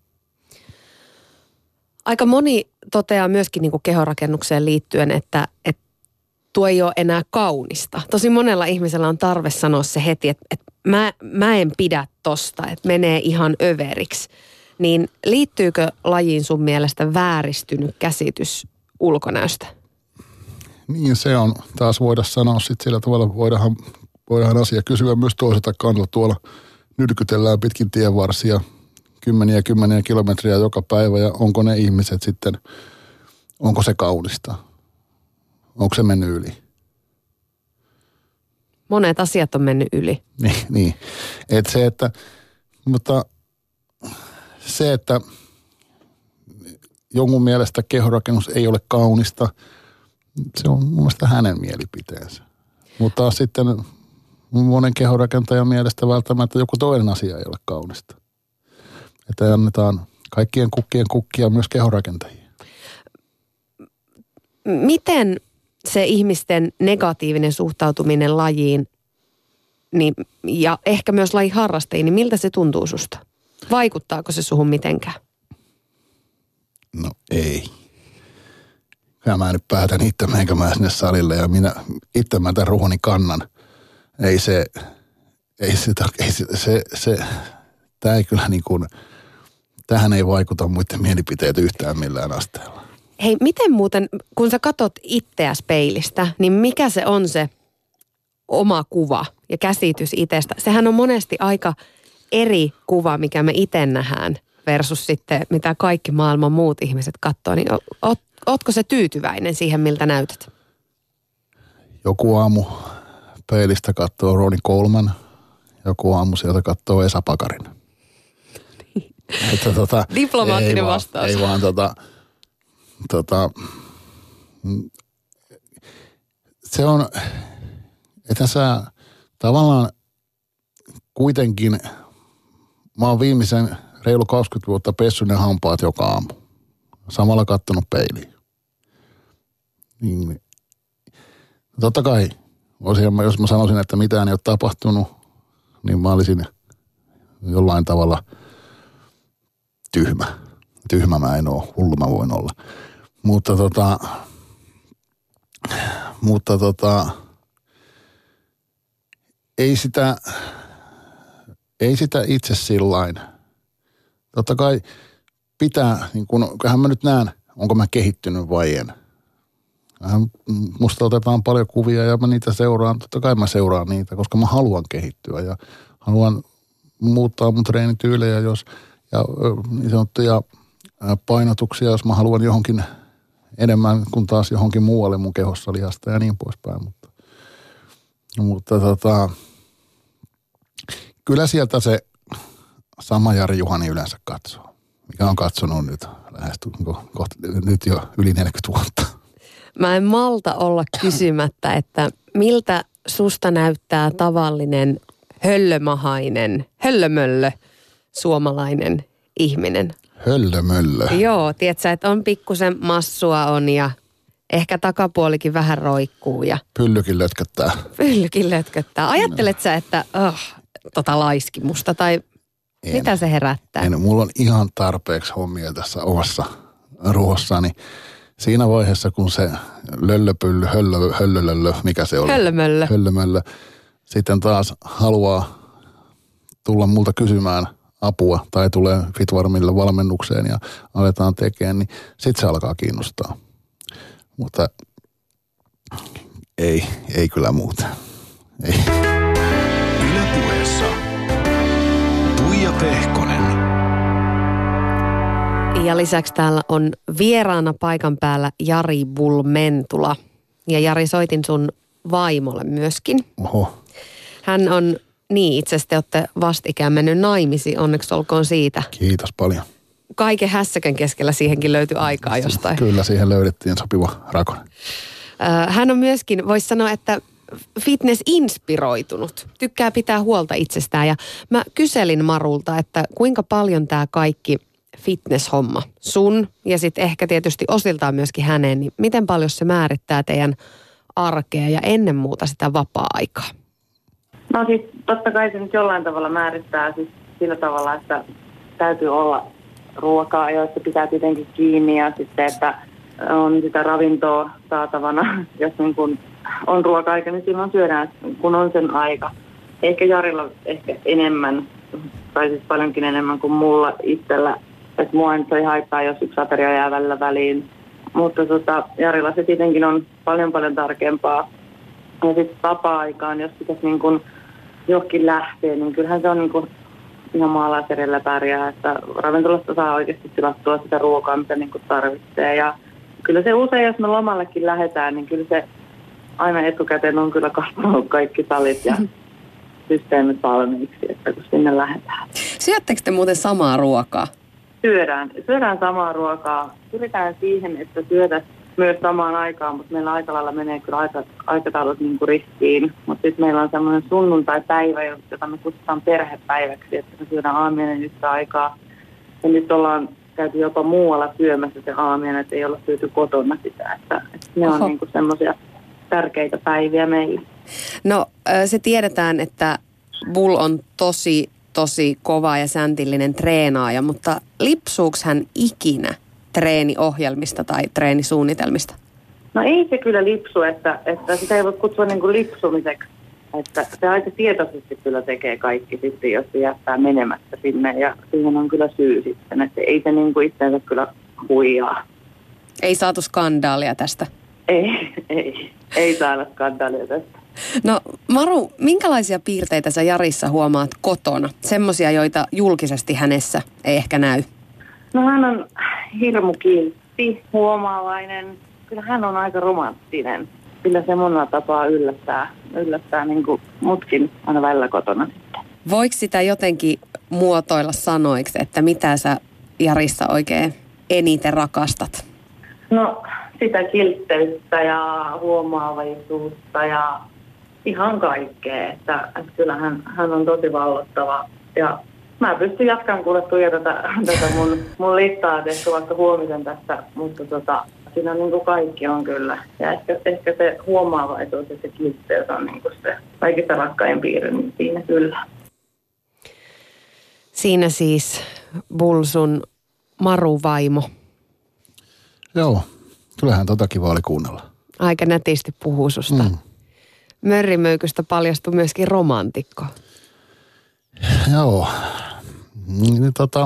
Aika moni toteaa myöskin niin kuin kehonrakennukseen liittyen, että, että tuo ei ole enää kaunista. Tosi monella ihmisellä on tarve sanoa se heti, että, että mä, mä en pidä tosta, että menee ihan överiksi. Niin liittyykö lajiin sun mielestä vääristynyt käsitys ulkonäöstä? Niin se on. Taas voidaan sanoa sitten sillä tavalla, voidaan, voidaan asia kysyä myös toiselta kannalta. Tuolla nyrkytellään pitkin tienvarsia kymmeniä kymmeniä kilometriä joka päivä ja onko ne ihmiset sitten, onko se kaunista? Onko se mennyt yli? Monet asiat on mennyt yli. Niin, niin. Että se, että, mutta se, että jonkun mielestä kehonrakennus ei ole kaunista, se on mun mielestä hänen mielipiteensä. Mutta sitten monen kehonrakentajan mielestä välttämättä joku toinen asia ei ole kaunista. Että annetaan kaikkien kukkien kukkia myös kehonrakentajia. Miten se ihmisten negatiivinen suhtautuminen lajiin niin, ja ehkä myös lajin harrastajiin, niin miltä se tuntuu susta? Vaikuttaako se suhun mitenkään? No ei. Kyllä mä nyt päätän itse, menkö mä sinne salille ja minä itse mä tämän ruhuni kannan. Ei se, ei se, ei se, se, se tää ei kyllä niin kuin, tähän ei vaikuta muiden mielipiteet yhtään millään asteella. Hei, miten muuten, kun sä katot itseäsi peilistä, niin mikä se on se oma kuva ja käsitys itsestä? Sehän on monesti aika eri kuva, mikä me itse nähdään versus sitten mitä kaikki maailman muut ihmiset katsoo. Niin oot, ootko se tyytyväinen siihen, miltä näytät? Joku aamu peilistä katsoo Ronnie Coleman, joku aamu sieltä katsoo Esa Pakarin. Että tota, diplomaattinen ei vastaus. Vaan, ei vaan tota, tota, se on, että sä tavallaan kuitenkin, mä oon viimeisen reilu kaksikymmentä vuotta pessyt ne hampaat joka aamu. Samalla kattonut peiliin. Niin, totta kai, jos mä sanoisin, että mitään ei ole tapahtunut, niin mä olisin jollain tavalla tyhmä. Tyhmä mä en oo, hullu mä voin olla. Mutta tota, mutta tota, ei sitä, ei sitä itse sillain. Totta kai pitää, niin kun, kyllähän mä nyt näen, onko mä kehittynyt vai en. Musta otetaan paljon kuvia ja mä niitä seuraan. Totta kai mä seuraan niitä, koska mä haluan kehittyä ja haluan muuttaa mun treenityylejä, jos ja niin sanottuja painotuksia, jos mä haluan johonkin enemmän kuin taas johonkin muualle mun kehossa lihasta ja niin poispäin. Mutta, mutta tota, kyllä sieltä se sama Jari Juhani yleensä katsoo, mikä on katsonut nyt, lähesty, kohta, nyt jo yli neljäkymmentä vuotta. Mä en malta olla kysymättä, että miltä susta näyttää tavallinen höllömahainen, höllömöllö suomalainen ihminen? Höllömöllö. Joo, tiedätkö, että on pikkusen massua on ja ehkä takapuolikin vähän roikkuu ja... Pyllykin lötköttää. Pyllykin lötköttää. Ajattelet sä, että oh, tota laiskimusta tai en, mitä se herättää? En, mulla on ihan tarpeeksi hommia tässä omassa ruhossani. Siinä vaiheessa, kun se löllöpylly, höllö, höllölöllö, mikä se oli? Höllömöllö. Höllömöllö. Sitten taas haluaa tulla multa kysymään apua tai tulee Fitvarmille valmennukseen ja aletaan tekemään, niin sitten se alkaa kiinnostaa. Mutta ei, ei kyllä muuta. Ei. Yle Puheessa Tuija Pehkonen. Ja lisäksi täällä on vieraana paikan päällä Jari Bulmentula. Ja Jari, soitin sun vaimolle myöskin. Oho. Hän on, niin itse asiassa te olette vastikään mennyt naimisiin, onneksi olkoon siitä. Kiitos paljon. Kaiken hässäkän keskellä siihenkin löytyi aikaa jostain. Kyllä siihen löydettiin sopiva rakone. Hän on myöskin, voisi sanoa, että fitness-inspiroitunut. Tykkää pitää huolta itsestään. Ja mä kyselin Marulta, että kuinka paljon tämä kaikki fitness-homma sun ja sitten ehkä tietysti osiltaan myöskin hänen, niin miten paljon se määrittää teidän arkea ja ennen muuta sitä vapaa-aikaa? No siis totta kai se nyt jollain tavalla määrittää siis sillä tavalla, että täytyy olla ruokaa, joista pitää tietenkin kiinni ja sitten, että on sitä ravintoa saatavana. Jos niin kun on ruoka-aika, niin silloin syödään, kun on sen aika. Ehkä Jarilla ehkä enemmän, tai siis paljonkin enemmän kuin mulla itsellä. Että mua nyt ei haittaa, jos yksi ateria jää välillä väliin. Mutta tota, Jarilla se tietenkin on paljon paljon tärkeämpää. Ja sitten vapaa-aikaan, jos pitäisi niin kun johonkin lähteä, niin kyllähän se on niin kun ihan maalaiserillä pärjää. Että ravintolasta saa oikeasti tilattua sitä ruokaa, mitä niin kun tarvitsee. Ja kyllä se usein, jos me lomallekin lähdetään, niin kyllä se aina etukäteen on kyllä kasvanut kaikki salit ja systeemit valmiiksi, että kun sinne lähdetään. Syöttekö te muuten samaa ruokaa? Syödään. Syödään samaa ruokaa. Pyritään siihen, että syödään myös samaan aikaan, mutta meillä aika lailla menee kyllä aika, aikataulut niin kuin ristiin. Mutta sitten meillä on semmoinen sunnuntai-päivä, jota me kutsutaan perhepäiväksi, että me syödään aamiainen yhtä aikaa. Ja nyt ollaan käyty jopa muualla syömässä se aamiainen, että ei olla syöty kotona sitä. Että, että ne on niin kuin semmoisia tärkeitä päiviä meille. No se tiedetään, että Bull on tosi, tosi kova ja säntillinen treenaaja, mutta lipsuuko hän ikinä treeniohjelmista tai treenisuunnitelmista? No ei se kyllä lipsu, että, että sitä ei voi kutsua niin kuin lipsumiseksi. Että se aika tietoisesti kyllä tekee kaikki sitten, jos se jättää menemättä sinne ja siihen on kyllä syy sitten, että ei se niin kuin itseänsä kyllä huijaa. Ei saatu skandaalia tästä? Ei, ei, ei saada skandaalia tästä. No Maru, minkälaisia piirteitä sä Jarissa huomaat kotona? Semmoisia, joita julkisesti hänessä ei ehkä näy. No hän on hirmu kiltti, huomaavainen. Kyllä hän on aika romanttinen. Kyllä se monella tapaa yllättää, yllättää niin kuin mutkin aina välillä kotona sitten. Voiko sitä jotenkin muotoilla sanoiksi, että mitä sä Jarissa oikein eniten rakastat? No sitä kiltteyttä ja huomaavaisuutta ja ihan kaikkea. Että, että kyllä hän, hän on tosi vallottava. Ja mä pystyn jatkamaan kuule tuijata tätä, tätä mun, mun listaa tehty vaikka huomisen tästä, mutta tota, siinä niin kuin kaikki on kyllä. Ja ehkä, ehkä se huomaavaisuus ja se kiltteys on niin kuin se kaikista rakkain piirre, niin siinä kyllä. Siinä siis Bull sun Maru-vaimo. Joo, kyllähän tota kiva oli kuunnella. Aika nätisti puhuu susta. Mm. Mörrimöykystä paljastui myöskin romantikko. Joo, niin tota,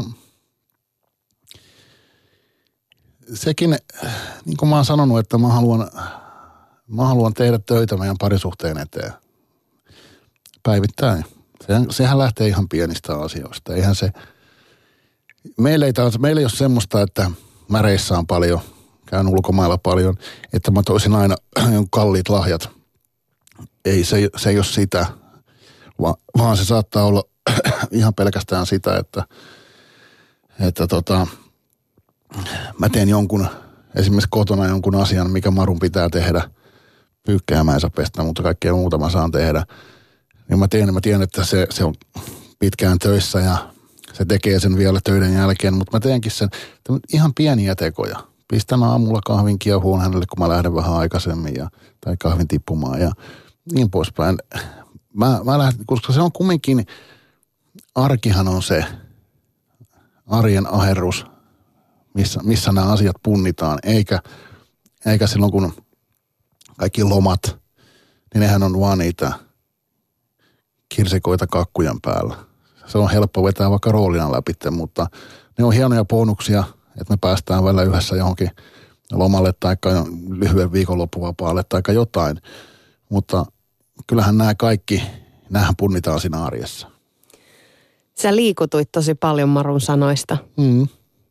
sekin, niin kuin mä oon sanonut, että mä haluan, mä haluan tehdä töitä meidän parisuhteen eteen päivittäin. Sehän, sehän lähtee ihan pienistä asioista. Eihän se, meillä ei, taas, meillä ei ole semmoista, että mä reissaan paljon, käyn ulkomailla paljon, että mä toisin aina kalliit lahjat. Ei, se, se ei ole sitä, vaan se saattaa olla ihan pelkästään sitä, että, että tota, mä teen jonkun, esimerkiksi kotona jonkun asian, mikä Marun pitää tehdä. Pyykkää mä en saa pestä, mutta kaikkea muuta mä saan tehdä. Niin mä tiedän, mä tiedän, että se, se on pitkään töissä ja se tekee sen vielä töiden jälkeen, mutta mä teenkin sen ihan pieniä tekoja. Pistän aamulla kahvin kiehuun hänelle, kun mä lähden vähän aikaisemmin ja, tai kahvin tippumaan ja niin poispäin. Mä, mä lähden, koska se on kumminkin, arkihan on se arjen aherrus, missä, missä nämä asiat punnitaan, eikä, eikä silloin kun kaikki lomat, niin nehän on vaan niitä kirsikoita kakkujen päällä. Se on helppo vetää vaikka roolina läpi, mutta ne on hienoja bonuksia, että me päästään välillä yhdessä johonkin lomalle tai lyhyen viikonloppuvapaalle tai jotain. Mutta kyllähän nämä kaikki, näähän punnitaan siinä arjessa. Sä liikutuit tosi paljon Marun sanoista. Mm.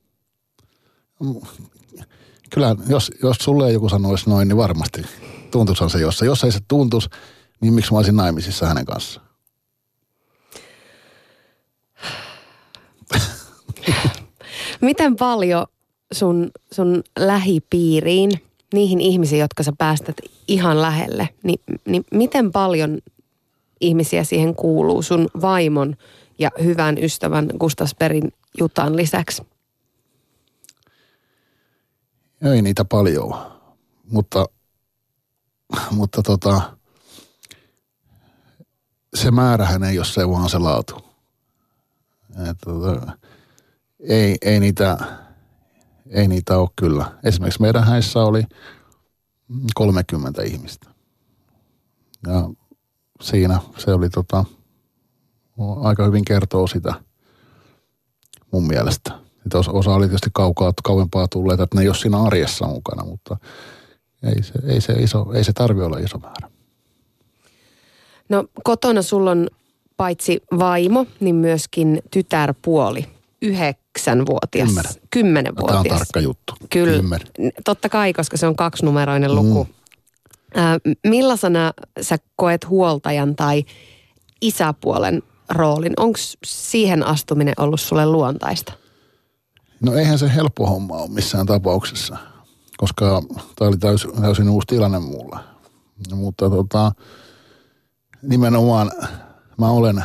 Kyllä, jos, jos sulle joku sanoisi noin, niin varmasti tuntuisihan se jossain. Jos ei se tuntuisi, niin miksi mä olisin naimisissa hänen kanssaan? Miten paljon sun, sun lähipiiriin, niihin ihmisiin, jotka sä päästät ihan lähelle, niin, niin miten paljon ihmisiä siihen kuuluu sun vaimon ja hyvän ystävän Gustasperin Jutan lisäksi? Ei niitä paljon, mutta, mutta tota, se määrähän ei ole se, vaan se laatu. Et, tota, ei, ei, niitä, ei niitä ole kyllä. Esimerkiksi meidän häissä oli kolmekymmentä ihmistä. Ja siinä se oli tota, aika hyvin kertoo sitä mun mielestä. Että osa oli tietysti kaukaa, kauempaa tulleita, että ne ei ole siinä arjessa mukana, mutta ei se, ei se, iso, ei se tarvi olla iso määrä. No kotona sulla on paitsi vaimo, niin myöskin tytärpuoli, yhdeksänvuotias, Kymmenen. kymmenenvuotias. Tämä on tarkka juttu. Kyllä, Kymmenen. totta kai, koska se on kaksinumeroinen luku. Mm. Äh, millaisena sä koet huoltajan tai isäpuolen roolin? Onko siihen astuminen ollut sulle luontaista? No eihän se helppo homma ole missään tapauksessa, koska tämä oli täysin, täysin uusi tilanne mulle. Mutta tota, nimenomaan mä olen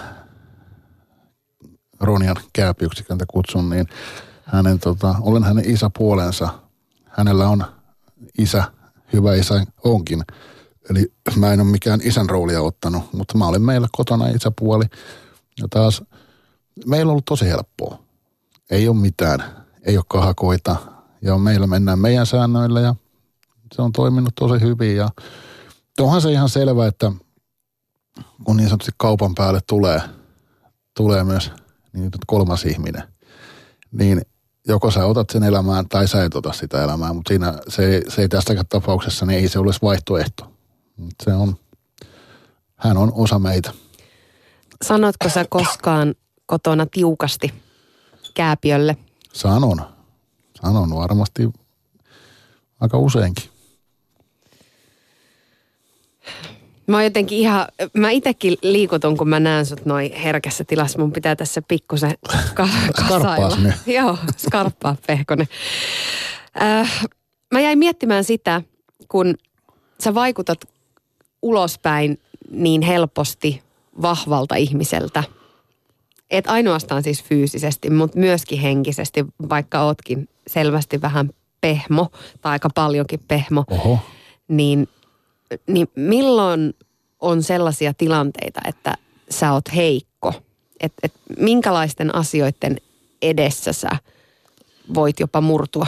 Ronian kääpiyksiköntä kutsun, niin hänen, tota, olen hänen isäpuolensa. Hänellä on isä, hyvä isä onkin. Eli mä en ole mikään isän roolia ottanut, mutta mä olen meillä kotona isäpuoli. Ja taas meillä on ollut tosi helppoa. Ei ole mitään, ei ole kahakoita ja meillä mennään meidän säännöillä ja se on toiminut tosi hyvin. Ja onhan se ihan selvä, että kun niin sanotusti kaupan päälle tulee, tulee myös niin kolmas ihminen, niin joko sä otat sen elämään tai sä et ota sitä elämää, mutta siinä se, se ei tässäkään tapauksessa, niin ei se olisi vaihtoehto. Se on, hän on osa meitä. Sanotko sä koskaan kotona tiukasti kääpiölle? Sanon. Sanon varmasti aika useinkin. Mä oon jotenkin ihan, mä itekin liikutun, kun mä näen sut noin herkässä tilassa. Mun pitää tässä pikkusen ka- kasailla. Joo, skarppaa Pehkonen. Äh, mä jäin miettimään sitä, kun sä vaikutat ulospäin niin helposti vahvalta ihmiseltä. Et ainoastaan siis fyysisesti, mutta myöskin henkisesti, vaikka ootkin selvästi vähän pehmo, tai aika paljonkin pehmo. Oho. Niin, niin milloin on sellaisia tilanteita, että sä oot heikko? Et, et minkälaisten asioiden edessä sä voit jopa murtua?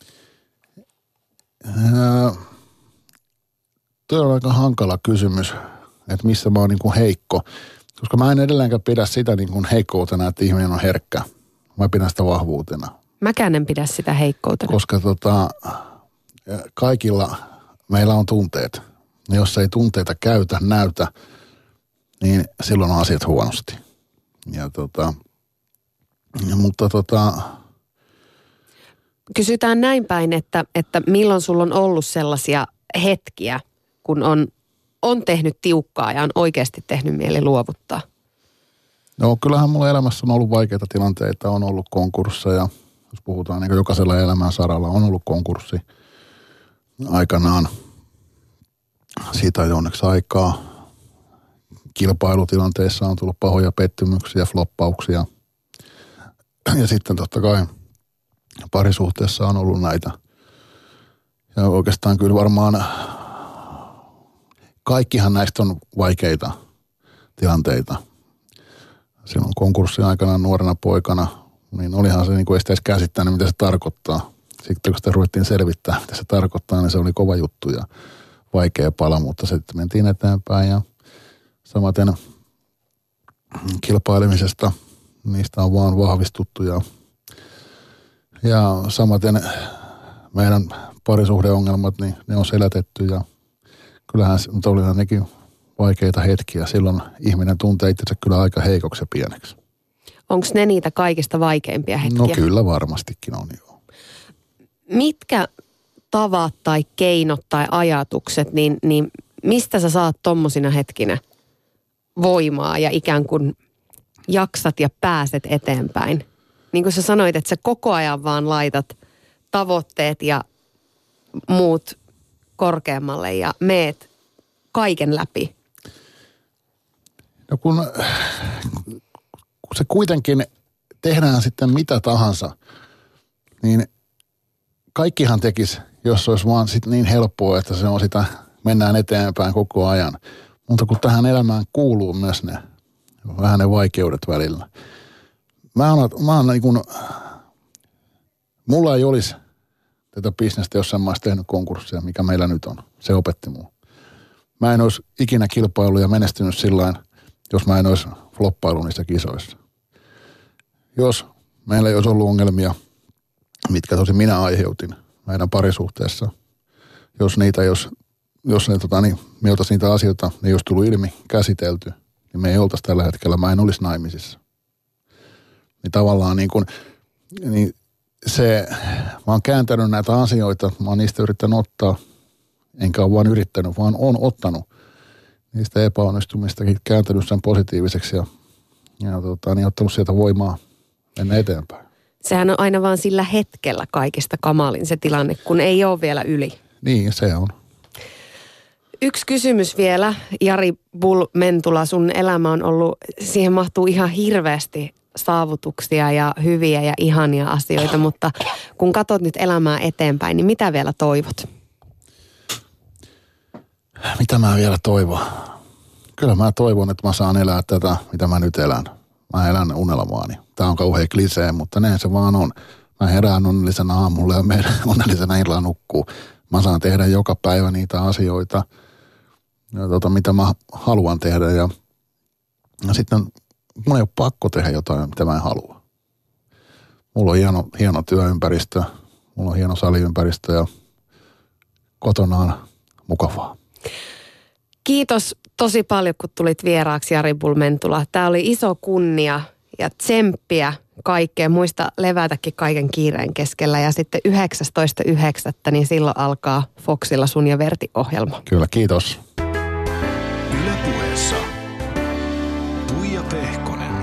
Äh, Tuo on aika hankala kysymys, että missä mä oon niin kuin heikko. Koska mä en edelleenkään pidä sitä niin kuin heikkoutena, että ihminen on herkkä. Mä pidän sitä vahvuutena. Mäkään en pidä sitä heikkoutena. Koska tota, kaikilla meillä on tunteet. Ja jos ei tunteita käytä, näytä, niin silloin on asiat huonosti. Ja tota, mutta tota... Kysytään näin päin, että, että milloin sulla on ollut sellaisia hetkiä, kun on, on tehnyt tiukkaa ja on oikeasti tehnyt mieli luovuttaa? No kyllähän mulla elämässä on ollut vaikeita tilanteita, on ollut konkursseja. Jos puhutaan niin jokaisella elämän saralla, on ollut konkurssi aikanaan. Siitä ei onneksi aikaa. Kilpailutilanteissa on tullut pahoja pettymyksiä, floppauksia. Ja sitten totta kai parisuhteessa on ollut näitä. Ja oikeastaan kyllä varmaan kaikkihan näistä on vaikeita tilanteita. Silloin konkurssin aikana nuorena poikana, niin olihan se niin kuin ei sitä edes käsittänyt, mitä se tarkoittaa. Sitten kun sitä ruvettiin selvittää, mitä se tarkoittaa, niin se oli kova juttu ja vaikea pala, mutta sitten mentiin eteenpäin ja samaten kilpailemisesta, niistä on vaan vahvistuttu ja, ja samaten meidän parisuhdeongelmat, niin ne on selätetty ja kyllähän mutta olihan nekin vaikeita hetkiä. Silloin ihminen tuntee itsensä kyllä aika heikoksi ja pieneksi. Onko ne niitä kaikista vaikeimpia hetkiä? No kyllä varmastikin on joo. Mitkä tavat tai keinot tai ajatukset, niin, niin mistä sä saat tommosina hetkinä voimaa ja ikään kuin jaksat ja pääset eteenpäin? Niin kuin sä sanoit, että sä koko ajan vaan laitat tavoitteet ja muut korkeammalle ja meet kaiken läpi? No kun, kun se kuitenkin tehdään sitten mitä tahansa, niin kaikkihan tekisi, jos olisi vaan sit niin helppoa, että se on sitä, mennään eteenpäin koko ajan. Mutta kun tähän elämään kuuluu myös ne, vähän ne vaikeudet välillä. Mä oon, mä oon niin kuin, mulla ei olisi tätä bisnestä, jos mä olisi tehnyt konkurssia, mikä meillä nyt on. Se opetti mua. Mä en olisi ikinä kilpailu ja menestynyt sillain, jos mä en olisi floppailu niissä kisoissa. Jos meillä ei olisi ollut ongelmia, mitkä tosi minä aiheutin meidän parisuhteessa, jos niitä, jos, jos ne, tota, niin, me oltaisiin niitä asioita, ne ei olisi tullut ilmi, käsitelty, niin me ei oltaisi tällä hetkellä, mä en olisi naimisissa. Niin tavallaan niin kuin, niin se, mä oon kääntänyt näitä asioita, mä oon niistä yrittänyt ottaa, enkä ole vaan yrittänyt, vaan on ottanut niistä epäonnistumistakin, kääntänyt sen positiiviseksi ja, ja tota, niin ottanut sieltä voimaa mennä eteenpäin. Sehän on aina vaan sillä hetkellä kaikista kamalin se tilanne, kun ei ole vielä yli. Niin, se on. Yksi kysymys vielä, Jari Bull-Mentula, sun elämä on ollut, siihen mahtuu ihan hirveästi saavutuksia ja hyviä ja ihania asioita, mutta kun katsot nyt elämää eteenpäin, niin mitä vielä toivot? Mitä mä vielä toivon? Kyllä mä toivon, että mä saan elää tätä, mitä mä nyt elän. Mä elän unelmaani. Tää on kauhean klisee, mutta näin se vaan on. Mä herään onnellisena aamulla ja menen onnellisena illalla nukkuu. Mä saan tehdä joka päivä niitä asioita, ja tota, mitä mä haluan tehdä. Ja, ja sitten mun ei ole pakko tehdä jotain, mitä mä en halua. Mulla on hieno, hieno työympäristö, mulla on hieno saliympäristö ja kotona on mukavaa. Kiitos tosi paljon, kun tulit vieraaksi, Jari Bull-Mentula. Tämä oli iso kunnia ja tsemppiä kaikkeen. Muista levätäkin kaiken kiireen keskellä. Ja sitten yhdeksästoista yhdeksättä niin silloin alkaa Foxilla Sun ja Verti-ohjelma. Kyllä, kiitos. Yle Puheessa Tuija Pehkonen.